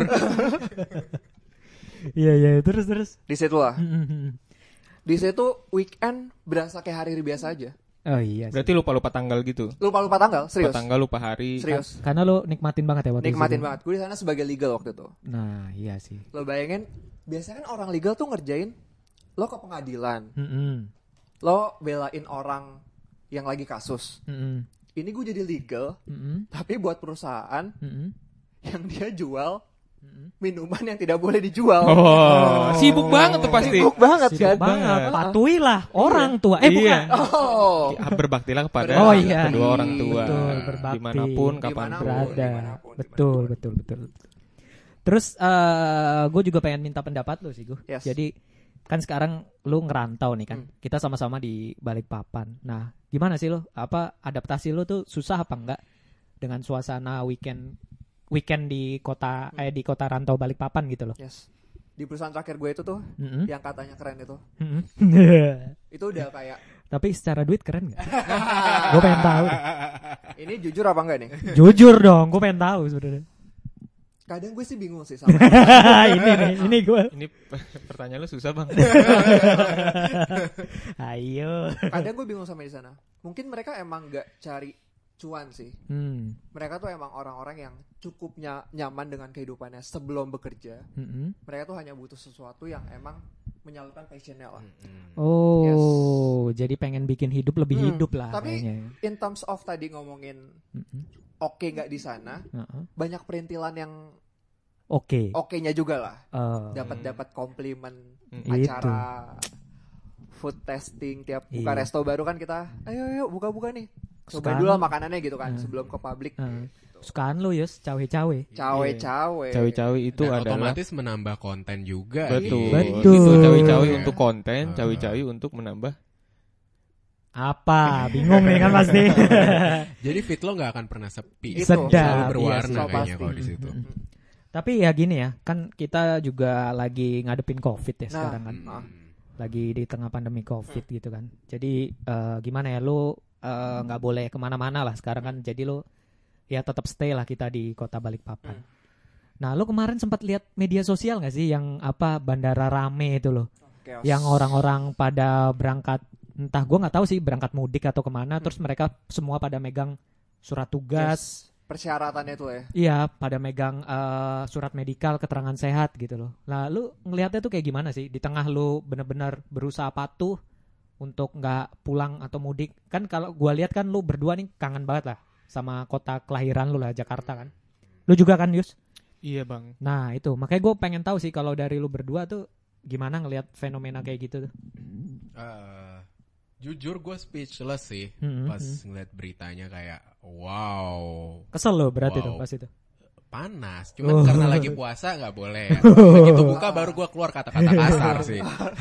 Iya iya terus terus. Di situ lah. Mm, mm, mm. Di situ weekend berasa kayak hari biasa aja. Oh iya. Berarti lupa-lupa tanggal gitu. Lupa-lupa tanggal, Lupa serius. tanggal, lupa hari. Serius. Karena lo nikmatin banget ya waktu Nikmatin itu. banget. Gue di sana sebagai legal waktu itu. Nah, iya sih. Lo bayangin, biasanya kan orang legal tuh ngerjain lo ke pengadilan. Mm-mm. Lo belain orang yang lagi kasus. Mm-mm. Ini gue jadi legal, Mm-mm. tapi buat perusahaan Mm-mm. yang dia jual minuman yang tidak boleh dijual. Oh, sibuk banget tuh pasti. Sibuk banget Sibuk kan? banget. Patuhilah orang tua. Eh bukan. Iya. Oh. Ya, berbaktilah kepada Oh, iya. kedua orang tua. Betul, berbakti. Dimanapun, Dimanapun. kapanpun. Berada. dimanapun, Betul, dimanapun. betul, betul. Terus eh gue juga pengen minta pendapat lo sih gue. Yes. Jadi kan sekarang lu ngerantau nih kan. Hmm. Kita sama-sama di Balikpapan. Nah, gimana sih lo? Apa adaptasi lo tuh susah apa enggak dengan suasana weekend weekend di kota eh di kota rantau Balikpapan gitu loh. Yes. Di perusahaan terakhir gue itu tuh, Mm-mm. yang katanya keren itu, Mm-mm. itu udah kayak, Tapi secara duit keren gak? Gue pengen tahu. ini jujur apa enggak nih? Jujur dong, gue pengen tahu sebenarnya. Kadang gue sih bingung sih sama. ini nih, ini gue. Ini pertanyaan lu susah, Bang. Ayo. Kadang gue bingung sama di sana. Mungkin mereka emang nggak cari cuan sih. Hmm. Mereka tuh emang orang-orang yang cukup ny- nyaman dengan kehidupannya sebelum bekerja. Mm-mm. Mereka tuh hanya butuh sesuatu yang emang menyalurkan passionnya lah. Oh, jadi pengen bikin hidup lebih Hmm, hidup lah tapi- kayaknya. In terms of tadi ngomongin Mm-mm. oke nggak di sana, Uh-uh. banyak perintilan yang Oke. oke-nya juga lah. Oh. Dapat dapat komplimen Hmm. acara food testing tiap buka Iya. resto baru kan kita, ayo ayo buka-buka nih. Coba Sekarang- dulu lah makanannya gitu kan Hmm. sebelum ke publik. Uh, Sukaan lu Yus, cawe-cawe. Cawe-cawe. Cawi-cawi itu Dan adalah otomatis menambah konten juga. betul. Betul. Itu cawi-cawi Iya. untuk konten, Ah. cawi-cawi untuk menambah. Apa? Bingung nih kan pasti. Jadi fit lo nggak akan pernah sepi. Itu. Sedap. Selalu Iya berwarna sih, kayaknya pasti. kalau di situ. Tapi ya gini ya, kan kita juga lagi ngadepin COVID ya Nah. sekarang kan. Ah. Lagi di tengah pandemi COVID gitu kan. Jadi eh, gimana ya, lu eh, nggak boleh kemana-mana lah sekarang kan. Jadi lu ya tetap stay lah kita di kota Balikpapan. Nah, lu kemarin sempat lihat media sosial nggak sih yang apa bandara rame itu loh, Chaos. yang orang-orang pada berangkat, entah gue nggak tahu sih berangkat mudik atau kemana, terus mereka semua pada megang surat tugas. Yes. Persyaratannya tuh ya. Iya, pada megang eh, surat medikal, keterangan sehat gitu loh. Nah, lu ngelihatnya tuh kayak gimana sih? Di tengah lu bener-bener berusaha patuh untuk nggak pulang atau mudik. Kan kalau gua lihat kan lu berdua nih kangen banget lah sama kota kelahiran lu lah, Jakarta kan. Lu juga kan, Yus? Iya, Bang. Nah, itu. Makanya gue pengen tahu sih kalau dari lu berdua tuh gimana ngelihat fenomena kayak gitu tuh. Eh, jujur gue speechless sih Mm-mm. pas ngeliat beritanya kayak wow, Kesel lo berarti Wow. tuh pas itu. panas. Cuman Oh. karena lagi puasa nggak boleh. Ya. Begitu buka baru gue keluar kata-kata kasar sih.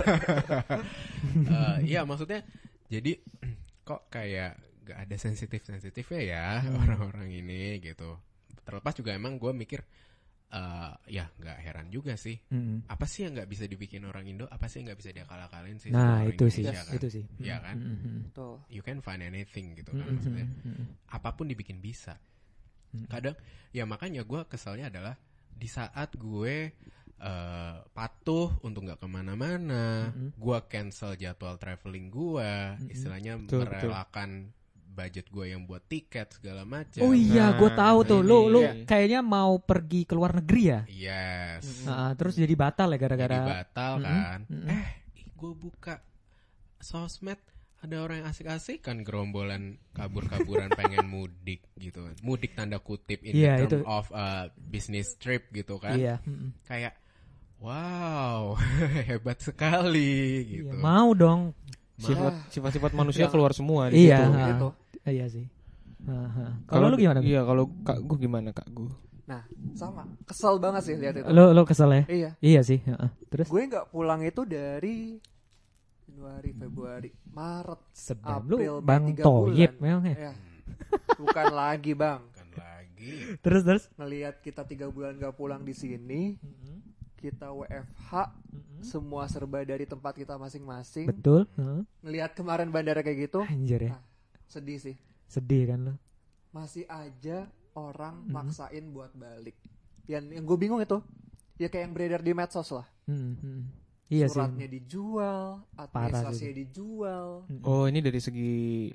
Eh, Iya maksudnya jadi kok kayak nggak ada sensitif-sensitifnya ya orang-orang ini gitu. Terlepas juga emang gue mikir eh, ya nggak heran juga sih. Mm-mm. Apa sih yang nggak bisa dibikin orang Indo? Apa sih yang nggak bisa diakal-akalin sih? Nah, sama orang itu sih. Indonesia kan? Itu sih. Iya kan? Mm-mm. Tuh. You can find anything gitu kan Mm-mm. maksudnya. Mm-mm. Apapun dibikin bisa. Mm. Kadang ya makanya gue keselnya adalah di saat gue eh, patuh untuk nggak kemana-mana, Mm-mm. gue cancel jadwal traveling gue, istilahnya Betul, betul. merelakan budget gue yang buat tiket segala macam. Oh iya, Nah, gue tahu tuh. Lu ini. lu Iya. kayaknya mau pergi ke luar negeri ya? Yes. Nah, terus jadi batal ya gara-gara. Jadi batal Mm-mm, kan. mm-mm. Eh, gue buka sosmed ada orang yang asik-asik kan gerombolan kabur-kaburan pengen mudik gitu kan. Mudik tanda kutip in Iya, term itu. of uh, business trip gitu kan. Iya. mm-mm. Kayak wow, hebat sekali Iya, gitu. mau dong. Sifat sifat-sifat manusia Yang- keluar semua di Iya. situ. ha. Gitu. Iya sih. Aha. Kalau lu gimana? Gu? Iya, kalau Kak Gu gimana, Kak Gu? Nah, sama. Kesel banget sih lihat itu. Lu lu kesel ya? Iya. Iya sih. heeh. Terus Gue nggak pulang itu dari Januari, Februari, Maret, sedap April, lu Mei, Bang tiga Toyib bulan. memang ya. Ya. Bukan lagi bang. Bukan lagi. Terus terus. Ngelihat kita tiga bulan gak pulang di sini, kita W F H, semua serba dari tempat kita masing-masing. Betul. heeh. Ngelihat kemarin bandara kayak gitu, Anjir ya. ah, sedih sih. Sedih kan lu. Masih aja orang Mhm. maksain buat balik. Yang, yang gue bingung itu, ya kayak yang beredar di medsos lah. Hmm, hmm. Iya Suratnya sih. dijual, Parah administrasinya dijual. Oh, ini dari segi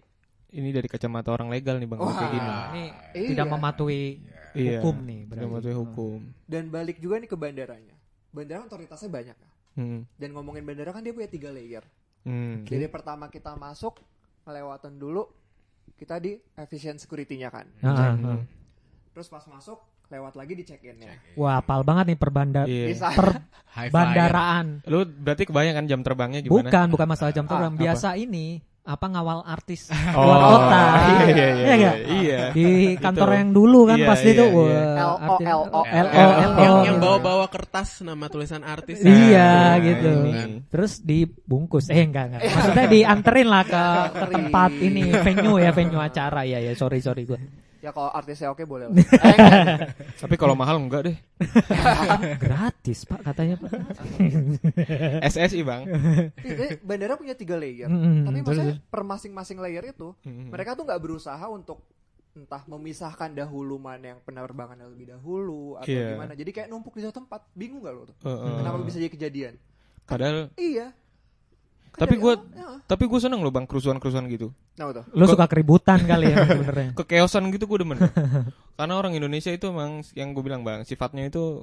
ini dari kacamata orang legal nih bang, Wah. kayak gini. Ini Iya. tidak mematuhi Iya. hukum nih Tidak berarti. mematuhi hukum. Dan balik juga nih ke bandaranya. Bandara otoritasnya banyak ya. Hmm. Dan ngomongin bandara kan dia punya tiga layer. Hmm. Jadi pertama kita masuk, melewatan dulu kita di efficient security-nya kan. Ah, ah, Hmm. ah. Terus pas masuk, lewat lagi di check-in-nya. Wah, apal banget nih perbanda Iya. Bisa. High flyer. perbandaraan. Lu berarti kebayang kan jam terbangnya gimana? Bukan, bukan masalah jam terbang. Ah, Biasa ini apa ngawal artis Oh, luar kota. Iya, iya, iya. Iya nggak? Iya. Di kantor yang dulu kan Iya, pasti iya, itu iya. wah, L O artis- L O. L O Yang, L O yang, yang gitu. bawa-bawa kertas nama tulisan artis. Iya Nah, gitu. kan. Terus dibungkus. Eh enggak enggak. Maksudnya dianterin lah ke, ke tempat ini venue ya, venue acara ya ya. Sorry sorry gue. Ya kalau artisnya oke boleh lah. Eh, enggak. Tapi kalau mahal enggak deh. Gratis Pak katanya Pak. S S I bang. Jadi bandara punya tiga layer. Mm-mm, Tapi terus, maksudnya per masing-masing layer itu, Mm-mm. mereka tuh nggak berusaha untuk entah memisahkan dahulu mana yang penerbangan yang lebih dahulu atau Iya. gimana. Jadi kayak numpuk di satu tempat. Bingung gak lo tuh? Heeh. Kenapa bisa jadi kejadian? Padahal, Iya. Kan tapi dari gue, awal, ya. tapi gue seneng loh bang kerusuhan-kerusuhan gitu. Nah, tuh. Lu Kok- suka keributan kali ya sebenarnya. Kekeosan gitu gue demen. Karena orang Indonesia itu emang yang gue bilang bang, sifatnya itu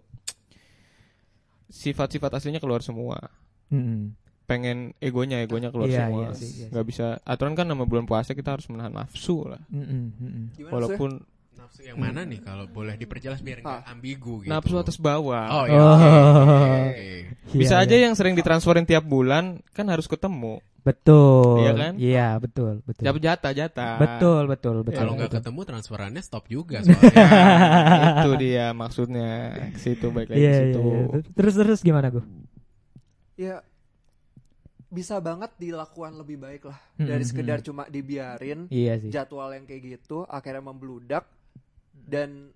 sifat-sifat aslinya keluar semua. Mm-mm. Pengen egonya, egonya keluar Iya, semua. iya sih, iya Gak bisa. Aturan kan nama bulan puasa kita harus menahan nafsu lah. Mm-mm, mm-mm. Gimana Walaupun Nafsu yang mana nih kalau boleh diperjelas biar nggak Ah. ambigu gitu. nafsu atas bawah. Oh iya. Oh. oke, oke. Bisa Iya, aja iya. yang sering ditransferin tiap bulan kan harus ketemu. Betul. Iya kan? Iya, betul, betul. Dapat jatah-jatah. Betul, betul, betul. Kalau nggak betul. ketemu transferannya stop juga soalnya. Itu dia maksudnya. Ke situ baik lagi Iya, ke iya, situ. iya. Terus terus gimana gue? Ya bisa banget dilakukan lebih baik lah. Mm-mm, Dari sekedar mm-mm. cuma dibiarin Iya sih. jadwal yang kayak gitu akhirnya membludak dan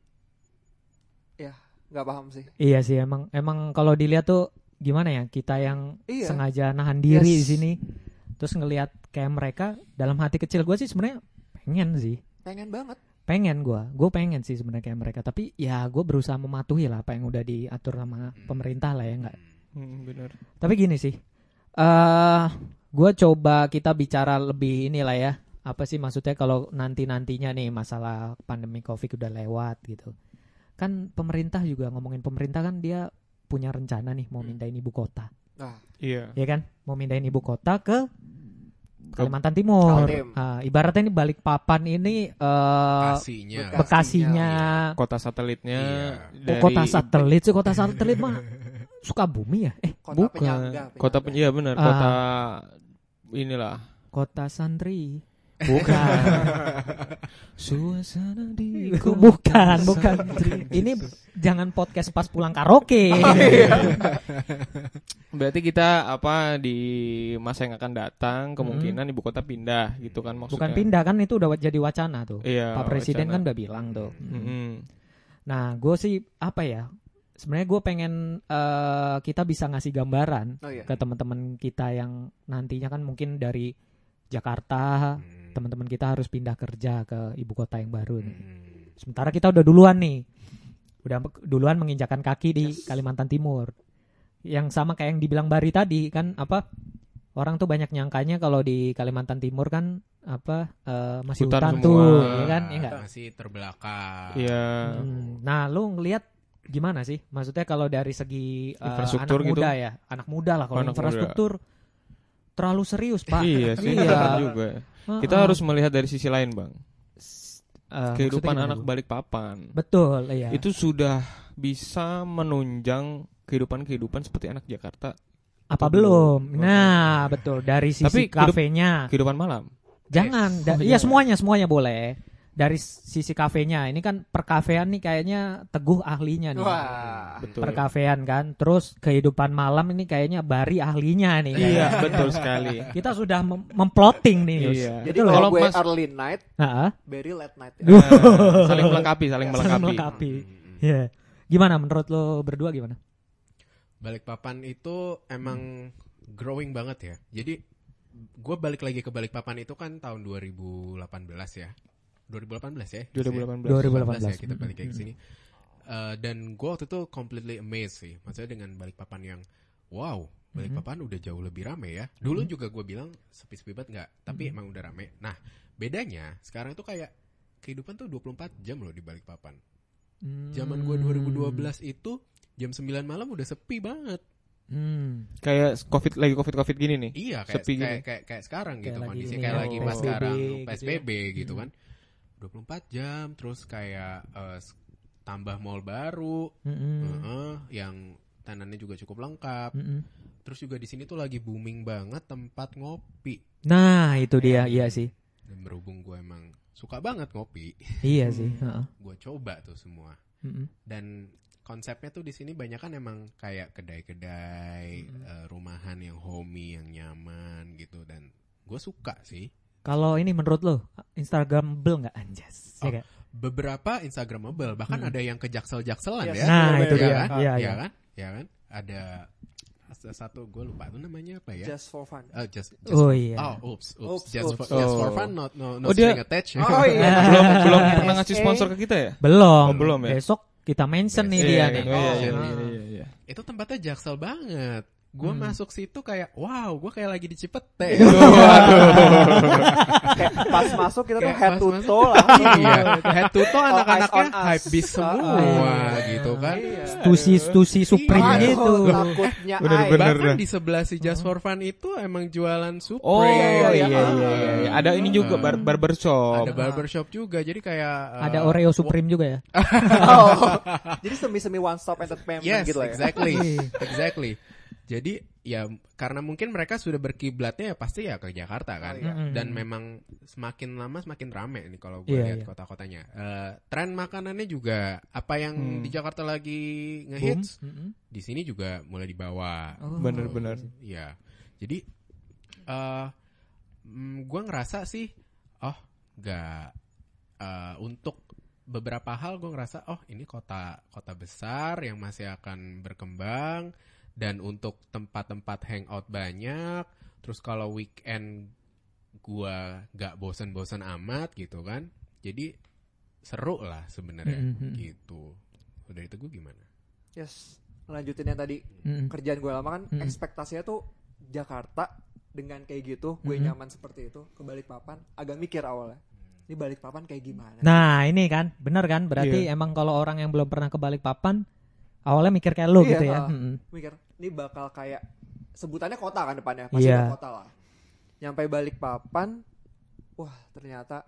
ya nggak paham sih. Iya sih, emang emang kalau dilihat tuh gimana ya, kita yang Iya. sengaja nahan diri Yes. di sini, terus ngelihat kayak mereka, dalam hati kecil gue sih sebenarnya pengen sih, Pengen banget. pengen gue, gue pengen sih sebenarnya kayak mereka, tapi ya gue berusaha mematuhi lah apa yang udah diatur sama pemerintah lah ya enggak. Hmm, bener. Tapi gini sih, eh gue coba kita bicara lebih inilah ya, apa sih maksudnya kalau nanti nantinya nih masalah pandemi covid udah lewat gitu, kan pemerintah juga ngomongin pemerintah kan dia punya rencana nih mau mindahin ibu kota, Nah, Iya. ya kan, mau mindahin ibu kota ke Kalimantan Timur. Kaltim. Ah, ibaratnya ini Balikpapan ini eh Bekasinya. Bekas- Bekasinya. Kota satelitnya Iya. Oh, kota satelit sih, kota satelit mah Sukabumi ya? Eh, kota bukan. penyangga, Kota penyangga. iya benar, Ah. kota inilah. Kota Santri. Bukan. Suasana di Bukan, bukan. Ini jangan podcast pas pulang karaoke. Berarti kita apa di masa yang akan datang kemungkinan ibu kota pindah gitu kan maksudnya. Bukan pindah kan, itu udah jadi wacana tuh. Iya. Pak Presiden wacana. kan udah bilang tuh. Mm-mm. Nah, gue sih apa ya? Sebenarnya gue pengen eh, kita bisa ngasih gambaran Oh iya. ke teman-teman kita yang nantinya kan mungkin dari Jakarta, Hmm. teman-teman kita harus pindah kerja ke ibu kota yang baru nih. Hmm. Sementara kita udah duluan nih, udah duluan menginjakan kaki di Yes. Kalimantan Timur. Yang sama kayak yang dibilang Bari tadi kan, apa, orang tuh banyak nyangkanya kalau di Kalimantan Timur kan apa eh, masih Hutan hutan, semua. tuh, ya kan, ya enggak? Masih terbelakang. Iya. Hmm, Nah, lu ngelihat gimana sih? Maksudnya kalau dari segi eh, Infrastruktur anak gitu? muda ya, anak muda lah. Kalau Anak infrastruktur terlalu serius, Pak. Iya sih, Iya. benar juga. Kita Heeh. harus melihat dari sisi lain, Bang. Eh, Kehidupan maksudnya anak gimana, Bu? Balikpapan. Betul, iya. Itu sudah bisa menunjang kehidupan-kehidupan seperti anak Jakarta. Apa Atau belum? belum? Nah, betul. Dari sisi Tapi hidup- kafenya. Kehidupan malam. Jangan. Da- Oh, iya, iya. semuanya, semuanya boleh. Dari sisi kafenya. Ini kan perkafean nih kayaknya Teguh ahlinya nih. Wah. Betul. Perkafean kan. Terus kehidupan malam ini kayaknya Bari ahlinya nih. Iya, betul sekali. Kita sudah mem- memplotting nih, Yus. Iya. Jadi Betul ya? kalau Kalau gue Mas- early night, Heeh. Barry late night ya. Nah, saling melengkapi, saling Saling melengkapi. melengkapi. Iya. Gimana menurut lo berdua gimana? Balikpapan itu emang growing banget ya. Jadi gue balik lagi ke Balikpapan itu kan tahun dua ribu delapan belas ya. dua ribu delapan belas ya? dua ribu delapan belas. dua ribu delapan belas ya kita balik lagi ke sini. Eh, dan gue waktu itu completely amazed sih. Maksudnya dengan Balikpapan yang wow, Balikpapan mm-hmm. udah jauh lebih rame ya. Dulu mm-hmm. juga gue bilang sepi-sepi banget nggak, tapi mm-hmm. emang udah rame. Nah bedanya sekarang itu kayak kehidupan tuh dua puluh empat jam loh di Balikpapan. Mm-hmm. Zaman gue dua ribu dua belas itu jam sembilan malam udah sepi banget. Hmm. Kayak covid lagi covid covid gini nih. Iya kayak sepi kayak, gini. kayak kayak sekarang kayak gitu kondisi ini, kayak oh, lagi pas P S B B sekarang gitu P S B B ya. gitu kan. dua puluh empat jam terus kayak uh, tambah mall baru Mm-hmm. uh-uh, yang tenannya juga cukup lengkap. Mm-hmm. Terus juga di sini tuh lagi booming banget tempat ngopi. Nah itu dia, iya sih. Dan berhubung gue emang suka banget ngopi. Iya sih. Uh-uh. Gue coba tuh semua. Mm-hmm. Dan konsepnya tuh di sini banyak kan emang kayak kedai-kedai, mm-hmm. uh, rumahan yang homey, yang nyaman gitu. Dan gue suka sih. Kalau ini menurut lo Instagramable nggak anjas? Oh, ya, beberapa Instagramable, bahkan hmm. ada yang kejaksel-jakselan yes, ya. Nah bener, itu ya dia. kan? Iya, Ya iya. kan? Ya kan? Ada satu gue lupa itu namanya apa ya? Just for fun. Uh, just, just Oh for, iya. Oh, oops, oops. Oops, just, oops. For, just for Oh. fun, not no, no Oh, dia- string attached. Oh iya. belum belum pernah ngasih sponsor ke kita ya? Belum. Oh, belum ya? Besok kita mention nih Iya, dia Iya, nih. iya, iya, Oh. iya, iya, iya. Itu tempatnya jaksel banget. Gue Hmm. masuk situ kayak, wow, gue kayak lagi di Cipete. Kayak pas masuk kita tuh Kayak head pas to masuk. toe lah. Iya, head to toe anak-anaknya eyes on us. hype beast semua Ah. gitu kan. Iya. Stusi-stusi Supreme Iya. itu. Aduh, takutnya Bener, ay. bener. Bahkan di sebelah si Just for Fun itu emang jualan Supreme. Oh iya iya, iya, iya. iya, iya. Ada ini juga bar barbershop. Ada barbershop juga, jadi kayak uh, Ada Oreo Supreme juga ya. Oh. Jadi semi-semi one stop entertainment Yes, gitu lah ya. exactly, exactly. Jadi ya karena mungkin mereka sudah berkiblatnya ya pasti ya ke Jakarta kan, Oh, iya. Mm-mm. dan memang semakin lama semakin rame nih kalau gue Iya, lihat iya. kota-kotanya. Uh, tren makanannya juga apa yang Hmm. di Jakarta lagi Boom. ngehits, Mm-mm. di sini juga mulai dibawa. Oh. Bener-bener. Iya. Jadi uh, mm, gue ngerasa sih, oh nggak uh, untuk beberapa hal gue ngerasa oh ini kota kota besar yang masih akan berkembang, dan untuk tempat-tempat hangout banyak. Terus kalau weekend gue nggak bosan-bosan amat gitu kan, jadi seru lah sebenarnya. Mm-hmm. Gitu. Udah itu gue gimana? Yes. Lanjutin yang tadi Mm-mm. kerjaan gue lama kan Mm-mm. ekspektasinya tuh Jakarta dengan kayak gitu, gue Mm-mm. nyaman seperti itu. Ke Balikpapan agak mikir awalnya. Ini Balikpapan kayak gimana? Nah ini kan benar kan, berarti Iya. emang kalau orang yang belum pernah ke Balikpapan awalnya mikir kayak lo Iya, gitu ya. ah. Mm-mm. Mikir ini bakal kayak sebutannya kota kan depannya, pasti Iya. ada kota lah. Nyampe Balikpapan, wah ternyata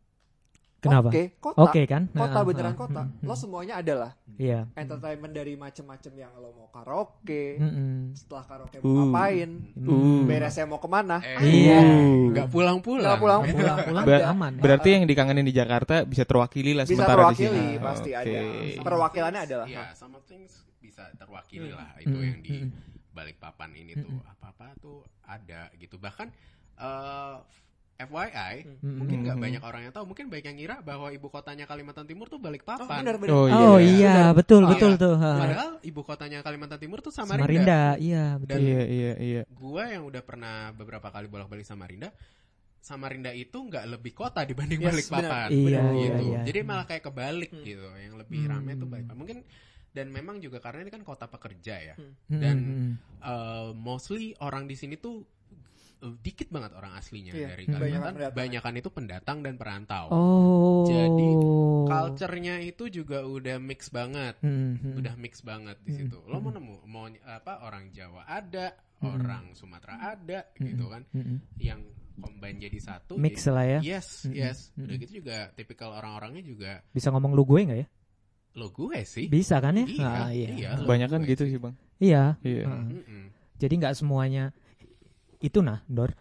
Kenapa? oke kota, Oke kan? kota Nah, beneran ah, kota. mm-mm. Lo semuanya ada lah. Iya. Entertainment dari macem-macem yang lo mau karaoke, Mm-mm. setelah karaoke Uh. mau ngapain, Uh. beresnya mau kemana, Eh, Iya. Nggak pulang-pulang. nggak pulang-pulang. Pulang-pulang Ber- aman. Berarti yang dikangenin di Jakarta bisa terwakili lah Bisa sementara di terwakili, sini. pasti Oke. ada. Perwakilannya adalah. Iya, some of things bisa terwakili lah itu Mm, yang di mm. Balikpapan ini tuh apa-apa tuh ada gitu. Bahkan eh, F Y I Mm. mungkin nggak Mm. banyak orang yang tahu, mungkin banyak yang ngira bahwa ibu kotanya Kalimantan Timur tuh Oh, Balikpapan. benar, benar. Oh, iya. Oh iya, betul Oh, betul iya. tuh. ha. Padahal ibu kotanya Kalimantan Timur tuh Samarinda. Samarinda, iya betul. Dan Iya iya iya. gua yang udah pernah beberapa kali bolak-balik Samarinda, Samarinda itu nggak lebih kota dibanding Yes, Balikpapan. benar. Iya, gitu. iya, iya. Jadi malah kayak kebalik gitu. Yang lebih Hmm. ramai tuh Balikpapan. Mungkin dan memang juga karena ini kan kota pekerja ya. Mm-mm. Dan uh, mostly orang di sini tuh uh, dikit banget orang aslinya Iya, dari hmm. Kalimantan. Banyakan Banyakan itu pendatang dan perantau. Oh. Jadi culture-nya itu juga udah mix banget. Mm-mm. Udah mix banget di situ. Lo mau nemu mau apa orang Jawa ada, Hmm. orang Sumatera ada gitu kan. Mm-mm. Yang combine jadi satu. Mix jadi- lah ya. Yes, Mm-mm. yes. Udah Mm-mm. gitu juga tipikal orang-orangnya juga Bisa ngomong lu gue nggak ya? lo gue sih. Bisa kan ya? Iya, Ah, iya. iya. Kebanyakan Lo gue gitu sih. sih, Bang. Iya. Iya. Ah. Mm-mm. Jadi nggak semuanya itu nah, Dor.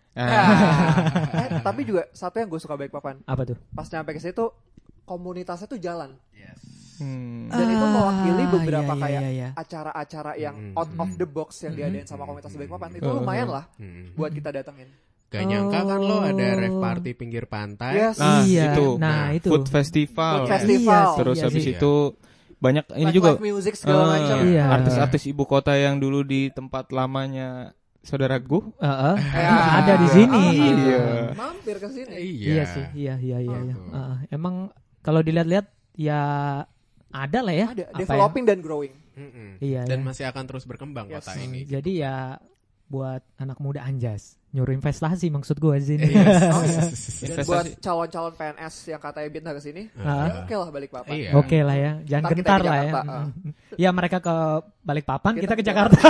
Ah. eh, tapi juga satu yang gue suka Balikpapan, Apa tuh? pas nyampe ke situ komunitasnya tuh jalan. Yes. Hmm. Dan itu mewakili Ah, beberapa iya, kayak iya, iya. acara-acara yang Mm-mm. out of the box yang diadain sama komunitas Balikpapan. Itu Uh-huh. lumayan lah Mm. buat kita datengin. Gak nyangka kan lo ada Oh. rave party pinggir pantai. Yes. Nah, iya. itu. Nah, Nah, itu. Food festival. Food festival. Iya sih, Terus iya habis sih. itu banyak ini Live- juga live music segala eh, macam. Iya. artis-artis ibu kota yang dulu di tempat lamanya saudaraku. Heeh. Ya. Ada di sini. Ah, Iya. Mampir ke sini. Iya. Iya sih, iya iya iya. iya. Gitu. Ah, emang kalau dilihat-lihat ya ada lah ya. Ada apa developing dan growing. Mm-mm. Iya, Dan iya. masih akan terus berkembang Yes. kota ya. ini. Jadi ya buat anak muda anjas, nyuruh investasi maksud gue sih ini. Oh, iya. Dan Investasi. buat calon-calon P N S yang katanya Binta ke sini, Ah. oke lah balik papan. Iya. Oke lah ya, jangan Ntar kita gentar ke lah ya. Jakarta, ah. Mm. Ya mereka ke Balikpapan, kita, Kita ke ke Jakarta.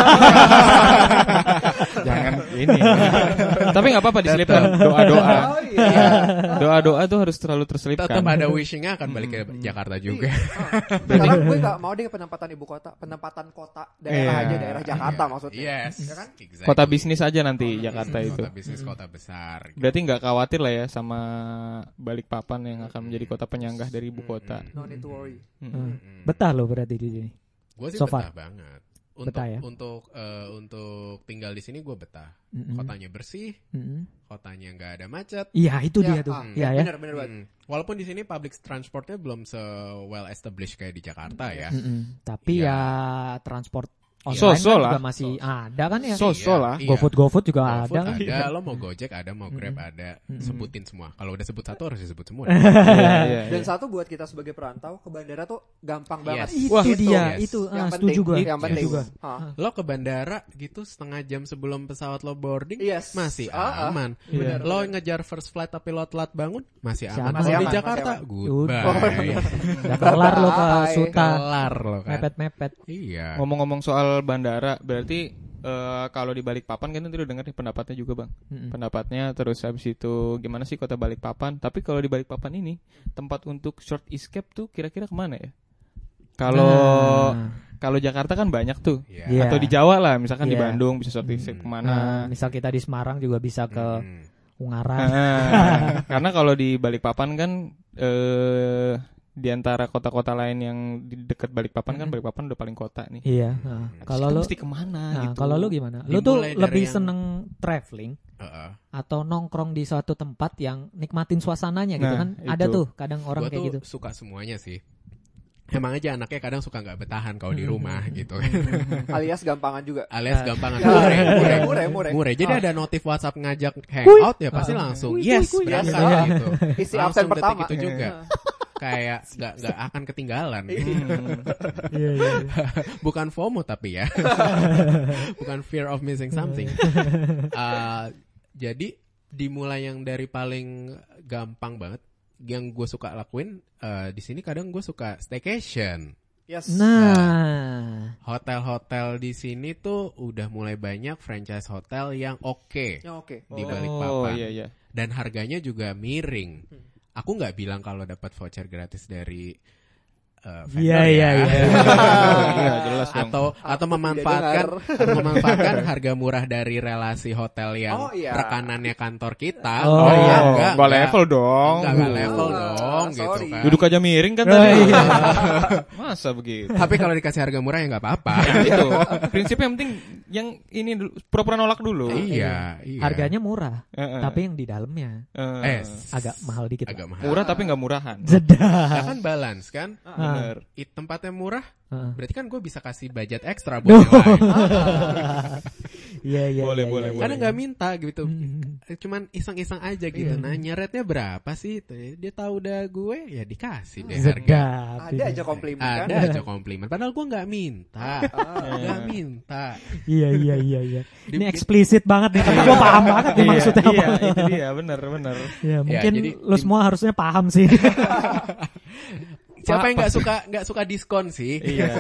Jangan ini. Tapi nggak apa-apa diselipkan doa-doa. Oh iya. Doa-doa tuh harus terlalu terselipkan. Tetap ada wishingnya akan balik ke Jakarta juga. Karena gue gak mau deh penempatan ibu kota, penempatan kota daerah Iya. aja, daerah Jakarta maksudnya. Yes. Ya kan? Exactly. Kota bisnis aja nanti Jakarta itu. Kota bisnis, kota besar. Berarti nggak khawatir lah ya sama Balikpapan yang akan menjadi kota penyanggah dari ibu kota. No need to worry. Mm. Hmm. Betah loh berarti di sini. Gue sih So betah far. banget. Untuk Betah ya? untuk eh, untuk tinggal di sini gue betah. Mm-mm. Kotanya bersih, Mm-mm. kotanya nggak ada macet. Iya itu Ya, dia tuh. ah, Iya ya. Bener bener banget. Hmm. Walaupun di sini public transportnya belum se well established kayak di Jakarta ya. Mm-mm. Tapi Iya. ya transport online So-so kan lah. juga masih ada kan ya. So-so lah. Iya. GoFood GoFood juga GoFood ada kan. ada, lo mau Gojek ada, mau Grab Mm-mm. ada, Mm-mm. sebutin semua. Kalau udah sebut satu harus disebut semua. Iya, iya, Dan iya. satu buat kita sebagai perantau ke bandara tuh gampang banget. Yes. Itu Wah, dia, yes. itu Yang ah, penting, setuju gue. yang penting. juga. Ah. Lo ke bandara gitu setengah jam sebelum pesawat lo boarding Yes. masih Ah, ah. aman. Iya. Lo ngejar first flight tapi lo telat bangun masih Masih aman. aman. Kalau Masih di aman, Jakarta masih goodbye. Udah kelar lo ke Bye. Suta. Kelar lo kan. Mepet-mepet. Iya. Ngomong-ngomong soal bandara, berarti eh, kalau di Balikpapan kan nanti udah denger nih pendapatnya juga bang. Mm-mm. Pendapatnya terus habis itu gimana sih kota Balikpapan? Tapi kalau di Balikpapan ini tempat untuk short escape tuh kira-kira kemana ya? Kalau Nah, kalau Jakarta kan banyak tuh. Iya. Iya. Atau di Jawa lah, misalkan di Iya. Bandung bisa short escape Hmm. kemana? nah, misal kita di Semarang juga bisa ke Hmm. Ungaran. Nah, karena kalau di Balikpapan kan eh di antara kota-kota lain yang di dekat Balikpapan kan Mm-mm. Balikpapan udah paling kota nih. Iya. nah. Kalau Kita lu, mesti kemana nah, gitu? kalau lu gimana? Lu tuh Dimulai dari lebih yang- seneng traveling Heeh. atau nongkrong di suatu tempat yang nikmatin suasananya gitu Nah, kan? Ada itu. tuh kadang orang Gua kayak tuh gitu. suka semuanya sih. Emang aja anaknya kadang suka nggak betahan kalau di Hmm. rumah gitu. Alias gampangan juga. Alias Ah. gampangan Ya, mure, mure, mure, mure, mure. mure. Jadi Ah. ada notif WhatsApp ngajak hangout ya pasti Ah. langsung Kuy, yes kuy, kuy. berangkat Biasa. gitu. Isi Langsung absen detik pertama. itu juga. Kayak nggak nggak akan ketinggalan. Hmm. Iya, iya. Bukan FOMO tapi ya. Bukan fear of missing something. Uh, jadi dimulai yang dari paling gampang banget yang gue suka lakuin uh, di sini kadang gue suka staycation. Yes. Nah, Hotel-hotel di sini tuh udah mulai banyak franchise hotel yang oke Ya, oke. di Oh Balikpapan iya iya. dan harganya juga miring. Aku nggak bilang kalau dapat voucher gratis dari uh, vendor Iya, ya. iya, iya. Iya jelas dong. atau atau Aku memanfaatkan tidak atau memanfaatkan harga murah dari relasi hotel yang Oh, iya. rekanannya kantor kita. Oh, Oh, iya, enggak, enggak level dong. Enggak, enggak Uh. level Ah, dong gitu sorry. kan. Duduk aja miring kan Oh, tadi. iya. Masa begitu? Tapi kalau dikasih harga murah ya nggak apa-apa. Nah, itu prinsipnya yang penting yang ini dulu, pura-pura nolak dulu. Iya, iya. harganya murah, Eh, eh. tapi yang di dalamnya Eh, eh agak mahal dikit. agak mahal. murah tapi nggak murahan. Zeda. Ya kan balance kan? Bener. I, tempatnya murah, Heeh. berarti kan gue bisa kasih budget ekstra buat yang lain. Iya, iya. Boleh, iya, boleh, iya, Karena iya. nggak minta gitu. Hmm. Eh, Cuman iseng-iseng aja gitu. Iya. Nah, nyeretnya berapa sih? Tuh, Dia tahu udah gue, ya dikasih deh Sedap. harga. Ada aja komplimen kan. Ada aja komplimen. Padahal gue nggak minta, nggak minta. Iya, iya, iya, iya. Di- Ini eksplisit banget nih, tapi gue paham banget nih Iya, maksudnya apa. iya, itu dia, bener bener. Ya, mungkin jadi lu di- semua harusnya paham sih. Siapa yang nggak suka nggak suka diskon sih? Iya.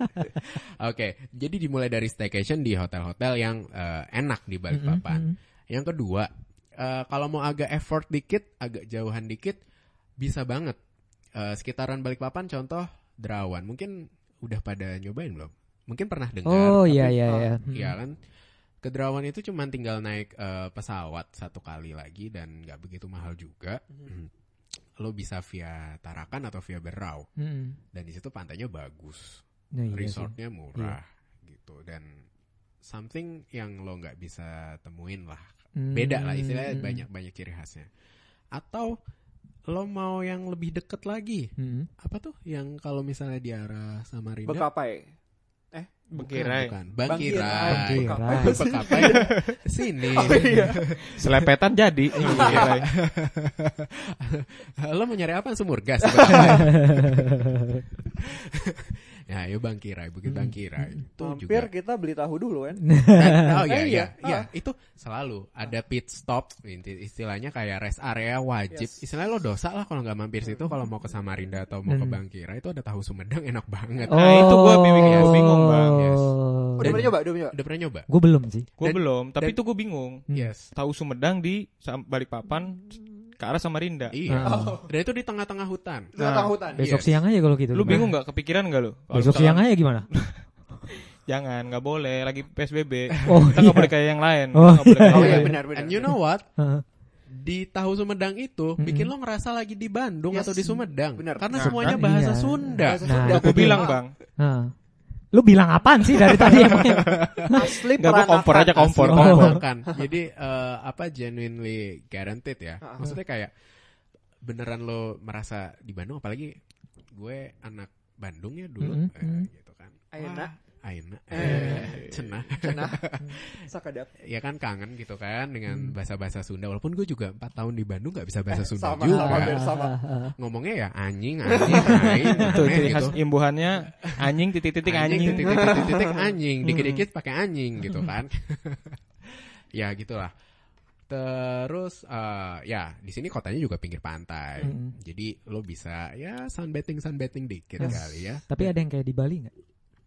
Oke, jadi dimulai dari staycation di hotel-hotel yang eh, enak di Balikpapan. Yang kedua, eh, kalau mau agak effort dikit, agak jauhan dikit, bisa banget. Eh, sekitaran Balikpapan, contoh Derawan. Mungkin udah pada nyobain belum? Mungkin pernah dengar. Oh tapi- iya, iya, iya. Iya kan? Ke Derawan itu cuma tinggal naik eh, pesawat satu kali lagi dan nggak begitu mahal juga. Lo bisa via Tarakan atau via Berau. Hmm. Dan di situ pantainya bagus. Nah, iya sih. Resortnya murah gitu dan something yang lo nggak bisa temuin lah, Hmm. beda lah istilahnya, Hmm. banyak banyak ciri khasnya. Atau lo mau yang lebih deket lagi, Hmm. apa tuh yang kalau misalnya di arah Samarinda? Bekapai. Bengkirai. Bukan, Bangkirai. Bangkirai. Bekapai sini. Selepetan jadi. Bengkirai. Lo mau nyari apa? Sumur gas. Ya, yuk Bang Kirai, Bukit Bang Kirai. Itu Hampir juga. kita beli tahu dulu kan. Dan- oh iya Eh, iya, iya. iya, itu selalu ada pit stop, inti- istilahnya kayak rest area wajib. Yes. Istilahnya lo dosa lah kalau nggak mampir situ, kalau mau ke Samarinda atau mau ke Hmm. Bang Kirai itu ada tahu Sumedang enak banget. Nah, itu gua bingung, ya, bingung, Bang. Yes. Oh, udah pernah nyoba, udah pernah nyoba. Udah pernah nyoba? Gue belum sih. Gue Dan- belum, tapi dan- itu gue bingung. Hmm. Yes. Tahu Sumedang di Sam- Balikpapan ke arah Samarinda. Iya. Ah. Dan itu di tengah-tengah hutan. Di tengah hutan. Besok Yes. siang aja kalau gitu. Lu bingung nggak? Kepikiran nggak lu? Kalau Besok misalkan- siang aja gimana? Jangan, nggak boleh. Lagi P S B B. Oh, Kita nggak iya. boleh kayak yang lain. Oh, Kita nggak boleh kayak Oh yang iya lain. benar benar. And you know what? Heeh. Di tahu Sumedang itu Mm-mm. bikin lo ngerasa lagi di Bandung Yes. atau di Sumedang. Benar. Karena Nah, semuanya kan bahasa iya. Sunda. Bahasa Nah, Sunda. Aku bilang bang, Heeh. Lu bilang apaan sih dari tadi emangnya? Asli nggak gue kompor aja peranakan. kompor. Asli Oh. kompor. peranakan. Jadi eh, apa genuinely guaranteed ya. Ah, ah. Maksudnya kayak beneran lo merasa di Bandung, apalagi gue anak Bandung ya dulu, Mm-mm. eh, gitu kan. Ayeuna. Wah, Ayeuna. Eh. Eh, cenah. Cenah. Sakadap. Ya kan kangen gitu kan Hmm. dengan bahasa-bahasa Sunda. Walaupun gue juga empat tahun di Bandung gak bisa bahasa Eh, Sunda sama, juga. sama, hampir sama. Ngomongnya ya anjing, anjing, anjing, Itu aneh ciri khas gitu. imbuhannya anjing titik-titik anjing. titik-titik anjing, dikit-dikit pakai anjing gitu kan. Ya gitulah. Terus eh, ya di sini kotanya juga pinggir pantai. Mm-mm. Jadi lo bisa ya sunbathing sunbathing dikit Yes. kali ya. Tapi ada yang kayak di Bali nggak?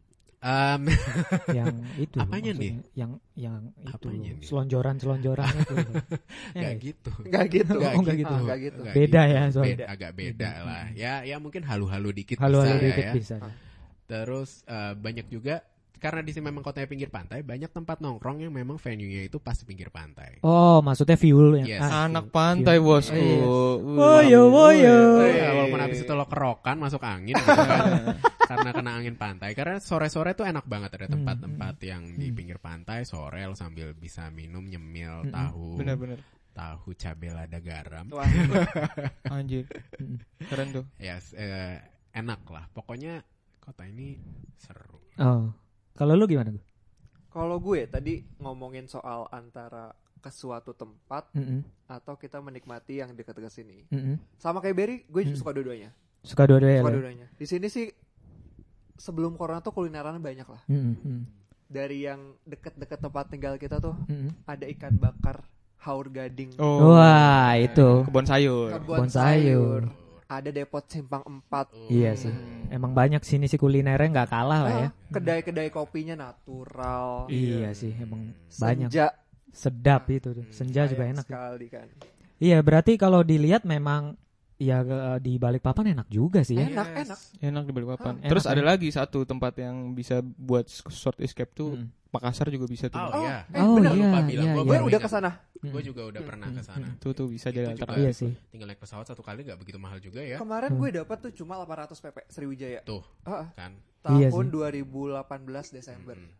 Em, Yang itu. Apanya maksudnya. Yang yang itu. Apanya nih? Selonjoran selonjoran itu. Ya, Gak nggak? gitu. Enggak gitu. Nggak Oh, nggak gitu. Nggak gitu. Nggak Beda gitu. ya, soalnya. Beda, agak beda lah. Ya ya mungkin halu-halu dikit Halo-halo bisa dikit ya. bisa. Terus eh, banyak juga karena di sini memang kotanya pinggir pantai, banyak tempat nongkrong yang memang venue-nya itu pas di pinggir pantai. Oh, maksudnya fuel yang Yes. ah, Anak fuel. pantai Fuel. bosku. Oh, iya. Uh, Woyo, woyo. Oh, iya, walaupun habis itu lo kerokan masuk angin gitu kan. Karena kena angin pantai. Karena sore-sore tuh enak banget ada tempat-tempat yang di pinggir pantai sore lo sambil bisa minum nyemil Hmm. tahu. Bener-bener. Tahu cabai lada garam. Wah, Anjir. Mm. Keren tuh. Yes, eh, enak lah. Pokoknya kota ini seru. Oh. Kalau lu gimana, Gu? kalau gue tadi ngomongin soal antara ke suatu tempat Mm-mm. atau kita menikmati yang dekat-dekat sini. Mm-mm. Sama kayak Berry, gue Hmm. suka dua-duanya. Suka dua-duanya. Suka lu? dua-duanya. Di sini sih sebelum corona tuh kulineran banyak lah. Mm-mm. Dari yang deket-deket tempat tinggal kita tuh Mm-mm. ada ikan bakar haur gading, Oh. Wah, itu. Kebun sayur. kebun kebun sayur. sayur, ada depot simpang empat. Iya sih. Emang banyak sini sih kulinernya nggak kalah lah ya. Ah, kedai-kedai kopinya natural. Iya sih, emang banyak. Senja Sedap itu tuh. Senja juga sayang enak. ya. sekali kan. Iya, berarti kalau dilihat memang ya ke- di Balikpapan enak juga sih ya. Enak, enak. Enak di Balikpapan. Ah, Terus enak, ada ya. lagi satu tempat yang bisa buat short escape tuh Mm. Makassar juga bisa tuh. Oh, iya. eh, Oh bener. iya, Lupa bilang, iya, gua iya. Gue baru udah ingat. kesana. Gue juga udah pernah ke sana. Tuh tuh bisa Itu jadi juga. alternatif. Iya sih. Tinggal naik pesawat satu kali gak begitu mahal juga ya. Kemarin Hmm. gue dapat tuh cuma delapan ratus P P Sriwijaya. Tuh, Ah, ah. kan. Iya tahun sih. dua ribu delapan belas Desember. Mm.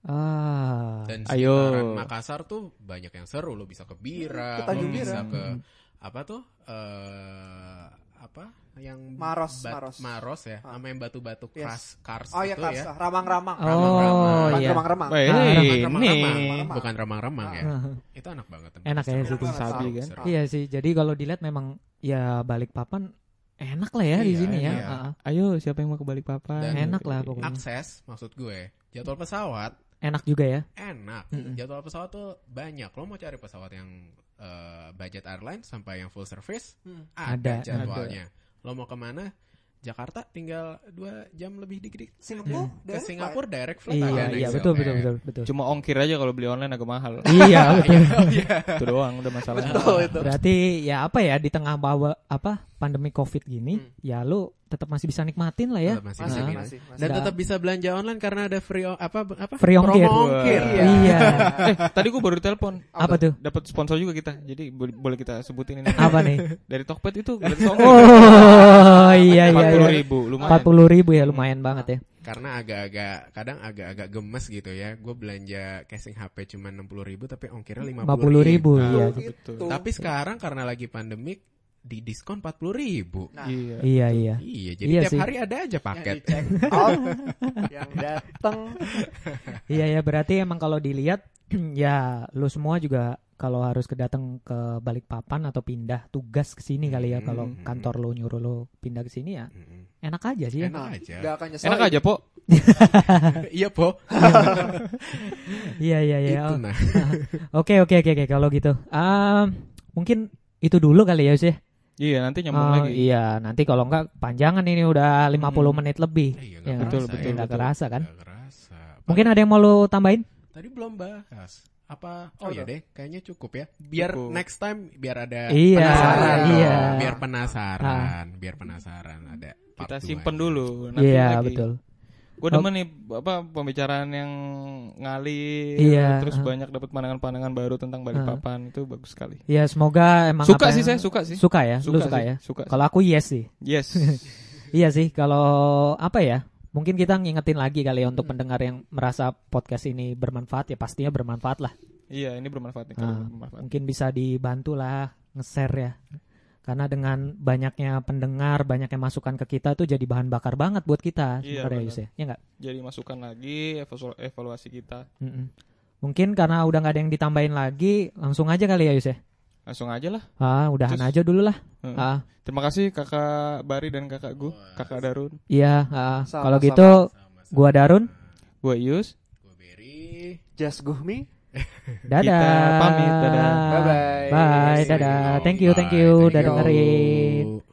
Ah. Dan Ayo. sekitaran Makassar tuh banyak yang seru. Lo bisa ke Bira, Ke lo Tanjung bisa Bira. ke apa tuh? eh apa yang Maros, Maros. Maros ya, Ah. sama yang batu-batu Yes. kars, kars Oh ya itu Kars, ya. ramang-ramang. Oh Bukan iya. remang-remang. Wah, Ah, ini, Remang-remang, ini. bukan remang-remang ya. Ah. Itu enak banget. tempat Enak ya seru. situ. Seru, Sabi seru, kan. seru. Iya sih. Jadi kalau dilihat memang ya Balikpapan enak lah ya di Iya, sini ya. iya. Ah, ah. Ayo siapa yang mau ke Balikpapan? Dan Enak lah pokoknya. Akses maksud gue, jadwal pesawat Enak juga ya. enak. Mm-mm. Jadwal pesawat tuh banyak. Lo mau cari pesawat yang eh, budget airline sampai yang full service, Hmm. ada, Ada, jadwalnya. Lo mau kemana? Jakarta tinggal dua jam lebih dikit. Singapura, Ke direct Singapura direct flight Iya, ada iya next betul Silk betul Air. betul betul. Cuma ongkir aja kalau beli online agak mahal. Iya, betul. Itu doang udah masalah. Betul itu. Berarti ya apa ya di tengah bawa apa pandemi Covid gini, Hmm. ya lu tetap masih bisa nikmatin lah ya. Tetap masih Masih, bisa Nah. gitu. masih, masih. Dan Nggak- tetap bisa belanja online karena ada free o- apa apa Free promo ongkir. ongkir. Iya. Iya. eh, tadi gue baru telepon. Apa tuh? Dapat sponsor juga kita. Jadi boleh, boleh kita sebutin ini. Apa nih? Dari Tokped itu gratis ongkir. Oh iya Empat iya puluh iya. ribu, lumayan. Empat puluh ribu ya lumayan banget ya. Karena agak-agak kadang agak-agak gemes gitu ya. Gue belanja casing H P cuma enam puluh ribu tapi ongkirnya lima Lima puluh puluh ribu ribu. iya. Betul. Tuh. Tapi sekarang karena lagi pandemik di diskon empat puluh ribu. Nah, Iya. Iya iya. Iya, jadi Iya tiap sih. hari ada aja yang paket. di check out, yang datang. Iya ya berarti emang kalau dilihat ya lu semua juga kalau harus kedatang ke Balikpapan atau pindah tugas ke sini kali ya, kalau Hmm. kantor lo nyuruh lo pindah ke sini ya Mm-mm. enak aja sih ya. Enak aja. Gak akan nyesel. Enak aja, Po. Iya, Po. Iya iya iya. Itu Oh. nah. Oke oke oke oke kalau gitu. Um, mungkin itu dulu kali ya Yus ya. Iya, nanti nyambung Oh, lagi. iya, nanti kalau enggak panjangan ini udah lima puluh Hmm. menit lebih. Iya, Ya, nggak betul, kerasa betul, ya. Nggak betul. kerasa kan? Nggak kerasa. Mungkin ada yang mau lo tambahin? Tadi belum bahas. Apa? Oh Oh, ya udah. deh, kayaknya cukup ya. Biar Cukup. next time biar ada Iya, penasaran. iya. dong. Biar penasaran, biar penasaran ada part Kita dua simpen nya. dulu. Nanti Iya, lagi. betul. Gue demen nih apa pembicaraan yang ngalir, Iya, terus uh. banyak dapat pandangan-pandangan baru tentang Balikpapan, itu bagus sekali. Ya, semoga emang Suka apa sih yang- saya, suka sih. Suka ya? Lu suka sih, ya? Suka. Kalau aku yes sih. Yes. Iya sih, kalau apa ya? Mungkin kita ngingetin lagi kali ya untuk Hmm. pendengar yang merasa podcast ini bermanfaat, ya pastinya bermanfaat lah. Iya, ini bermanfaat nih Nah, kalau bermanfaat. mungkin bisa dibantu lah nge-share ya. Karena dengan banyaknya pendengar, banyaknya masukan ke kita tuh jadi bahan bakar banget buat kita Iya, sebenarnya benar. Yus ya. Ya nggak? Jadi masukan lagi evalu- evaluasi kita. Mm-mm. Mungkin karena udah nggak ada yang ditambahin lagi, langsung aja kali ya Yus ya. Langsung aja lah. Ah, udahan Terus- aja dulu lah. Hmm. Ah, Terima kasih Kakak Bari dan Kakak Gu, Kakak Darun. iya. ah. Sama-sama. Kalau gitu, gua Darun. Gue Ius. Gue Beri. Just Guhmi. Dadah. Kita pamit, dadah. Bye-bye. Bye, dadah. Thank you, thank you Bye, udah thank you. dengerin.